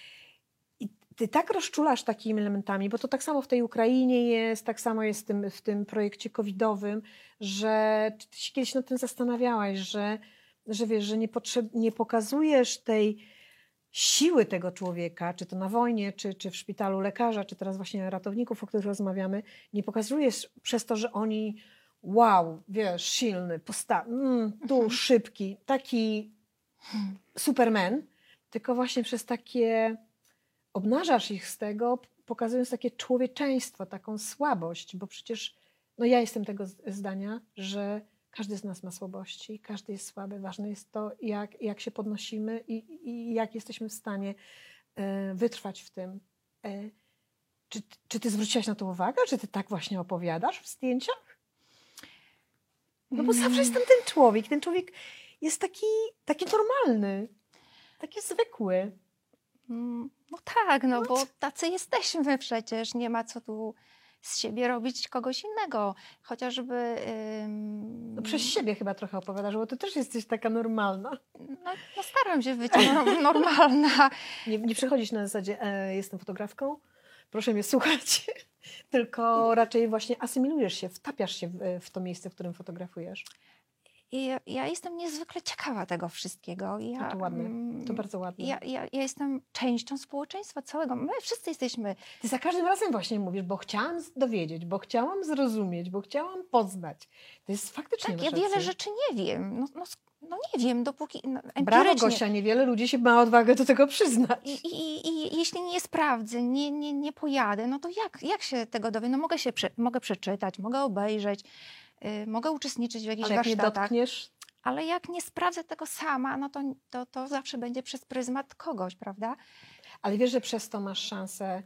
I ty tak rozczulasz takimi elementami, bo to tak samo w tej Ukrainie jest, tak samo jest w tym, w tym projekcie covidowym, że ty się kiedyś nad tym zastanawiałaś, że, że wiesz, że nie, potrzeb, nie pokazujesz tej siły tego człowieka, czy to na wojnie, czy, czy w szpitalu lekarza, czy teraz właśnie ratowników, o których rozmawiamy, nie pokazujesz przez to, że oni wow, wiesz, silny, posta- mm, tu mhm. szybki, taki superman, tylko właśnie przez takie, obnażasz ich z tego, pokazując takie człowieczeństwo, taką słabość, bo przecież no ja jestem tego zdania, że każdy z nas ma słabości, każdy jest słaby, ważne jest to, jak, jak się podnosimy i, i jak jesteśmy w stanie e, wytrwać w tym. E, czy, czy ty zwróciłaś na to uwagę, że ty tak właśnie opowiadasz w zdjęciach? No bo zawsze jest tam ten człowiek. Ten człowiek jest taki, taki normalny, taki zwykły. No tak, no bo tacy jesteśmy przecież. Nie ma co tu z siebie robić kogoś innego. Chociażby... Ym... No przez siebie chyba trochę opowiadasz, bo ty też jesteś taka normalna. No, no staram się być normalna. Nie, nie przychodzisz na zasadzie, e, jestem fotografką, proszę mnie słuchać. Tylko raczej właśnie asymilujesz się, wtapiasz się w, w to miejsce, w którym fotografujesz. I ja, ja jestem niezwykle ciekawa tego wszystkiego. I Ja, No to ładne, mm, to bardzo ładne. Ja, ja, ja jestem częścią społeczeństwa całego. My wszyscy jesteśmy. Ty za każdym razem właśnie mówisz, bo chciałam z- dowiedzieć, bo chciałam zrozumieć, bo chciałam poznać. To jest faktycznie Tak, ja masz wiele rację. rzeczy nie wiem. No, no, sk- no nie wiem, dopóki no, Brawo, empirycznie. Gosia, niewiele ludzi się ma odwagę do tego przyznać. I, i, i jeśli nie sprawdzę, nie, nie, nie pojadę, no to jak, jak się tego dowiem? No mogę się prze, mogę przeczytać, mogę obejrzeć, yy, mogę uczestniczyć w jakichś Ale jak nie warsztatach. dotkniesz, Ale jak nie sprawdzę tego sama, no to, to, to zawsze będzie przez pryzmat kogoś, prawda? ale wiesz, że przez to masz szansę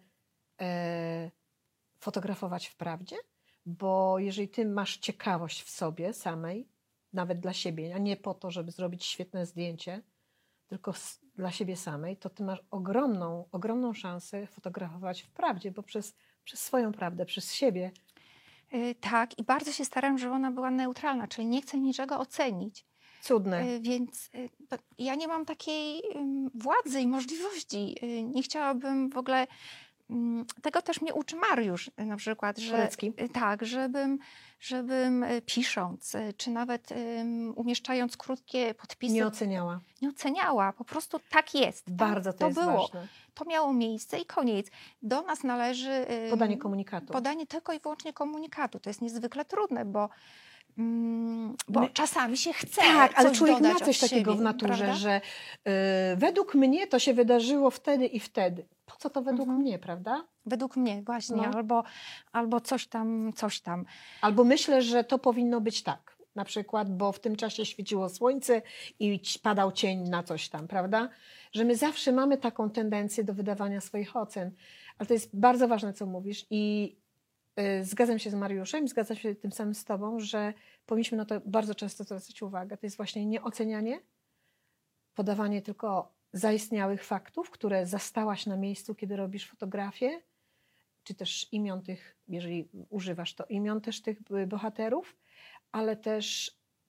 e, fotografować w prawdzie? Bo jeżeli ty masz ciekawość w sobie samej, nawet dla siebie, a nie po to, żeby zrobić świetne zdjęcie, tylko s- dla siebie samej, to ty masz ogromną, ogromną szansę fotografować w prawdzie, bo przez, przez swoją prawdę, przez siebie. Yy, tak, i bardzo się staram, żeby ona była neutralna, czyli nie chcę niczego ocenić. Cudne. Yy, więc yy, to ja nie mam takiej ym, władzy i możliwości. Yy, nie chciałabym w ogóle. ym, Tego też mnie uczy Mariusz yy, na przykład, że Korecki. yy, tak, żebym, żebym yy, pisząc, yy, czy nawet ym, umieszczając krótkie podpisy, Nie oceniała. nie oceniała. Po prostu tak jest. Tam Bardzo to, to jest było. ważne. To miało miejsce i koniec. Do nas należy ym, Podanie komunikatu. podanie tylko i wyłącznie komunikatu. To jest niezwykle trudne, bo, mm, bo My- czasami się chce Tak, ale coś człowiek ma dodać coś od takiego siebie, w naturze, prawda? że y, według mnie to się wydarzyło wtedy i wtedy. Po co to według Mhm. mnie, prawda? Według mnie właśnie, No. albo, albo coś tam, coś tam. Albo myślę, że to powinno być tak. Na przykład, bo w tym czasie świeciło słońce i ci- padał cień na coś tam, prawda? Że my zawsze mamy taką tendencję do wydawania swoich ocen. Ale to jest bardzo ważne, co mówisz. I y, zgadzam się z Mariuszem, zgadzam się tym samym z tobą, że powinniśmy na to bardzo często zwracać uwagę. To jest właśnie nieocenianie, podawanie tylko zaistniałych faktów, które zastałaś na miejscu, kiedy robisz fotografię, czy też imion tych, jeżeli używasz to imion też tych y, bohaterów, ale też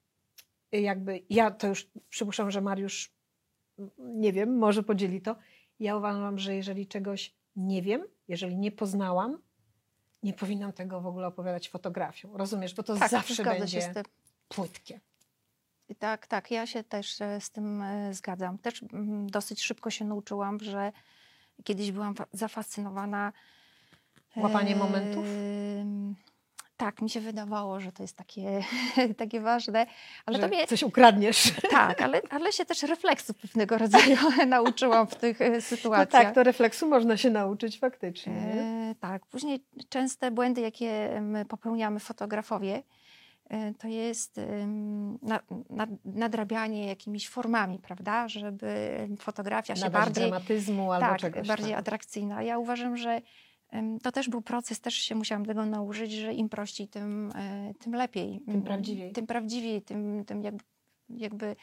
y, jakby, ja to już przypuszczam, że Mariusz, mm, nie wiem, może podzieli to. Ja uważam, że jeżeli czegoś nie wiem, jeżeli nie poznałam, nie powinnam tego w ogóle opowiadać fotografią. Rozumiesz? Bo to Tak, zawsze zgodzę będzie się z tym. płytkie. I Tak, tak, ja się też e, z tym e, zgadzam. Też mm, dosyć szybko się nauczyłam, że kiedyś byłam fa- zafascynowana Łapanie momentów? em, Tak, mi się wydawało, że to jest takie, takie ważne, ale że to mnie, coś ukradniesz. tak, ale, ale się też refleksu pewnego rodzaju nauczyłam w tych e, No sytuacjach. tak, to refleksu można się nauczyć faktycznie. Nie? E, tak, później częste błędy, jakie my popełniamy fotografowie, e, to jest em, na, na, nadrabianie jakimiś formami, prawda, żeby fotografia się Nadać bardziej, dramatyzmu albo tak, czegoś bardziej tam. atrakcyjna. Ja uważam, że em, to też był proces, też się musiałam tego nauczyć, że im prościej, tym, e, tym lepiej. Tym prawdziwiej. Tym prawdziwiej, tym, tym jakby, jakby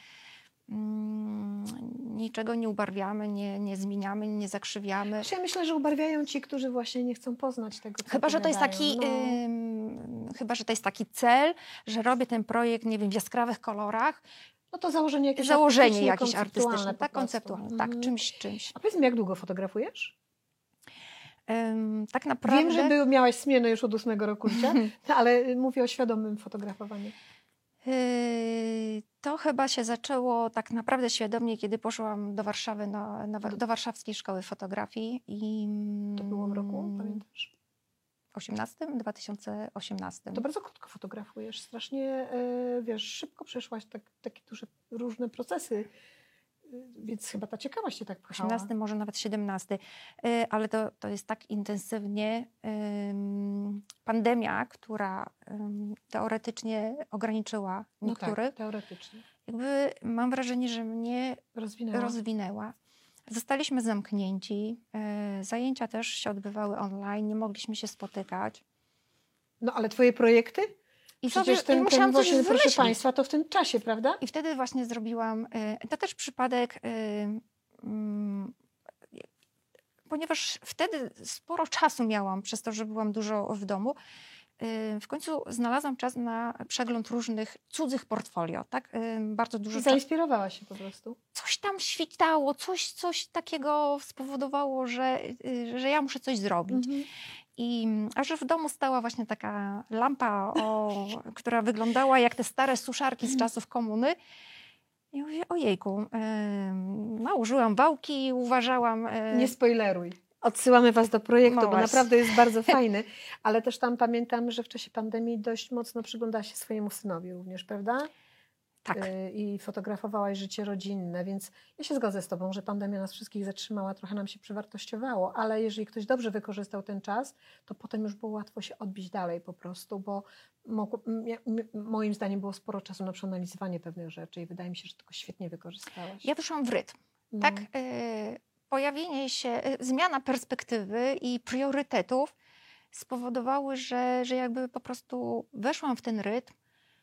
mm, niczego nie ubarwiamy, nie, nie zmieniamy, nie zakrzywiamy. Znaczy, ja myślę, że ubarwiają ci, którzy właśnie nie chcą poznać tego, co Chyba, że to jest opowiadają. taki, No. ym, chyba, że to jest taki cel, że robię ten projekt, nie wiem, w jaskrawych kolorach, No to założenie jakieś założenie artystyczne, jakieś konceptualne artystyczne, po tak, prostu. konceptualne, Mhm. tak, czymś, czymś. A powiedz mi, jak długo fotografujesz? Ym, tak naprawdę, Wiem, że był, miałaś zmianę już od ósmego roku życia, no, ale mówię o świadomym fotografowaniu. yy, to chyba się zaczęło tak naprawdę świadomie, kiedy poszłam do Warszawy, na, na, do Warszawskiej Szkoły Fotografii. I, To było w roku, mm, pamiętasz? osiemnastym, dwa tysiące osiemnastym. To bardzo krótko fotografujesz. Strasznie, e, wiesz, szybko przeszłaś tak, takie duże, różne procesy, e, więc chyba ta ciekawość cię tak pchała. osiemnasty, może nawet siedemnasty, Y, ale to, to jest tak intensywnie ym, pandemia, która ym, teoretycznie ograniczyła No niektórych. tak, teoretycznie. Jakby mam wrażenie, że mnie Rozwinęła. rozwinęła. Zostaliśmy zamknięci, y, zajęcia też się odbywały online, nie mogliśmy się spotykać. No ale twoje projekty? I Przecież sobie, ten, i ten musiałam coś właśnie, proszę wymyślić. Państwa, to w tym czasie, prawda? I wtedy właśnie zrobiłam, y, to też przypadek, y, mm, ponieważ wtedy sporo czasu miałam, przez to, że byłam dużo w domu, y, w końcu znalazłam czas na przegląd różnych cudzych portfolio, tak? Y, bardzo dużo I czasu. zainspirowała się po prostu. Coś tam świtało, coś, coś takiego spowodowało, że, y, że ja muszę coś zrobić. Mhm. I a że w domu stała właśnie taka lampa, o, która wyglądała jak te stare suszarki z czasów komuny. I mówię, ojejku, ym, nałożyłam wałki i uważałam... y, Nie spoileruj. Odsyłamy Was do projektu, No bo właśnie. naprawdę jest bardzo fajny. Ale też tam pamiętam, że w czasie pandemii dość mocno przyglądałaś się swojemu synowi również, prawda? Tak. Y, I fotografowałaś życie rodzinne, więc ja się zgodzę z Tobą, że pandemia nas wszystkich zatrzymała, trochę nam się przewartościowało, ale jeżeli ktoś dobrze wykorzystał ten czas, to potem już było łatwo się odbić dalej po prostu, bo mogło, m- m- moim zdaniem było sporo czasu na przeanalizowanie pewnych rzeczy i wydaje mi się, że tego świetnie wykorzystałaś. Ja wyszłam w rytm, No. tak? Y, pojawienie się, y, zmiana perspektywy i priorytetów spowodowały, że, że jakby po prostu weszłam w ten rytm,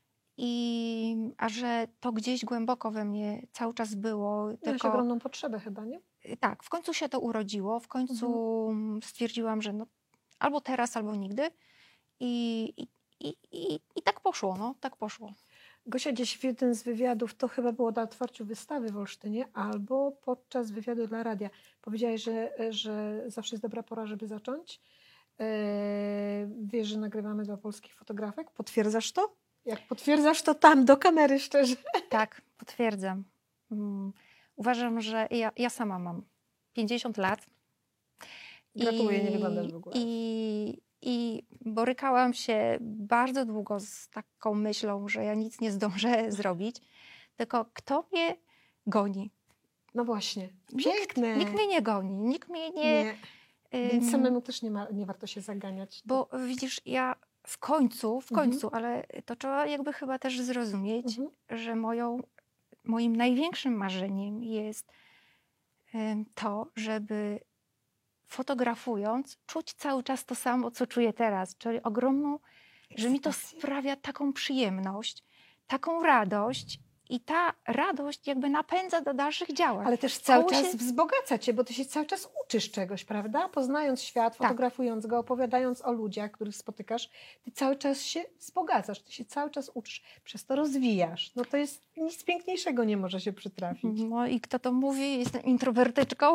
i, a że to gdzieś głęboko we mnie cały czas było. Miałaś Tylko, ogromną potrzebę chyba, nie? y, tak, w końcu się to urodziło, w końcu mm, stwierdziłam, że no, albo teraz, albo nigdy. I, i, i, i, i tak poszło, no, tak poszło. Gosia gdzieś w jeden z wywiadów, to chyba było na otwarciu wystawy w Olsztynie, albo podczas wywiadu dla radia. Powiedziałaś, że, że zawsze jest dobra pora, żeby zacząć. Eee, wiesz, że nagrywamy dla polskich fotografek. Potwierdzasz to? Jak potwierdzasz to tam, do kamery szczerze. Tak, potwierdzam. Mm, Uważam, że ja, ja sama mam pięćdziesiąt lat. Gratuluję, nie wyglądasz w ogóle. I, I borykałam się bardzo długo z taką myślą, że ja nic nie zdążę zrobić, tylko kto mnie goni? No właśnie, Nikt, piękne. nikt mnie nie goni, nikt mnie nie... Nie. ym, Więc samemu też nie, ma, nie warto się zaganiać. Bo widzisz, ja w końcu, w Mhm. końcu, ale to trzeba jakby chyba też zrozumieć, Mhm. że moją, moim największym marzeniem jest ym, to, żeby fotografując czuć cały czas to samo, co czuję teraz, czyli ogromną, że mi to Ekscytację. sprawia taką przyjemność, taką radość i ta radość jakby napędza do dalszych działań. Ale też cały Koło czas się- wzbogaca cię, bo ty się cały czas uczysz czegoś, prawda? Poznając świat, Tak. fotografując go, opowiadając o ludziach, których spotykasz, ty cały czas się wzbogacasz, ty się cały czas uczysz, przez to rozwijasz. No to jest nic piękniejszego nie może się przytrafić. No i kto to mówi? Jestem introwertyczką.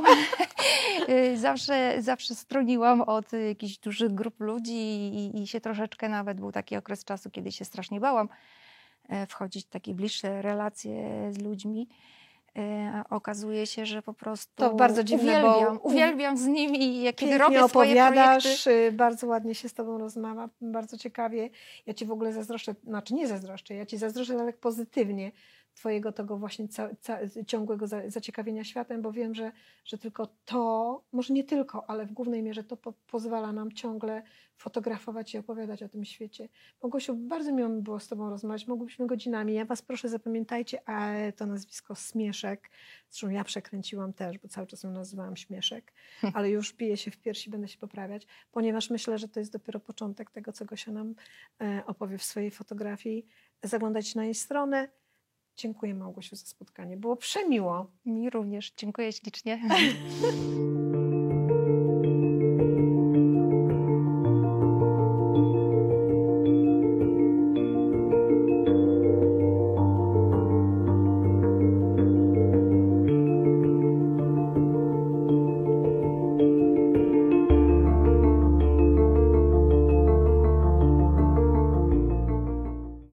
zawsze, zawsze stroniłam od y, jakichś dużych grup ludzi i, i się troszeczkę nawet, był taki okres czasu, kiedy się strasznie bałam e, wchodzić w takie bliższe relacje z ludźmi. E, A okazuje się, że po prostu To bardzo dziwne, bo uwielbiam, uwielbiam z nimi, jak kiedy Pięknie robię swoje projekty. opowiadasz, y, bardzo ładnie się z tobą rozmawia, bardzo ciekawie. Ja ci w ogóle zazdroszczę, znaczy nie zazdroszczę, ja ci zazdroszczę tak pozytywnie twojego tego właśnie ca, ca, ciągłego za, zaciekawienia światem, bo wiem, że, że tylko to, może nie tylko, ale w głównej mierze to po, pozwala nam ciągle fotografować i opowiadać o tym świecie. Małgosiu, bardzo miło mi było z tobą rozmawiać, mogłybyśmy godzinami. Ja was proszę, zapamiętajcie, a to nazwisko Śmieszek, zresztą ja przekręciłam też, bo cały czas ją nazywałam Śmieszek, ale już biję się w piersi, będę się poprawiać, ponieważ myślę, że to jest dopiero początek tego, co Gosia nam e, opowie w swojej fotografii. Zaglądać na jej stronę. Dziękuję, Małgosiu, za spotkanie. Było przemiło. Mi również. Dziękuję ślicznie.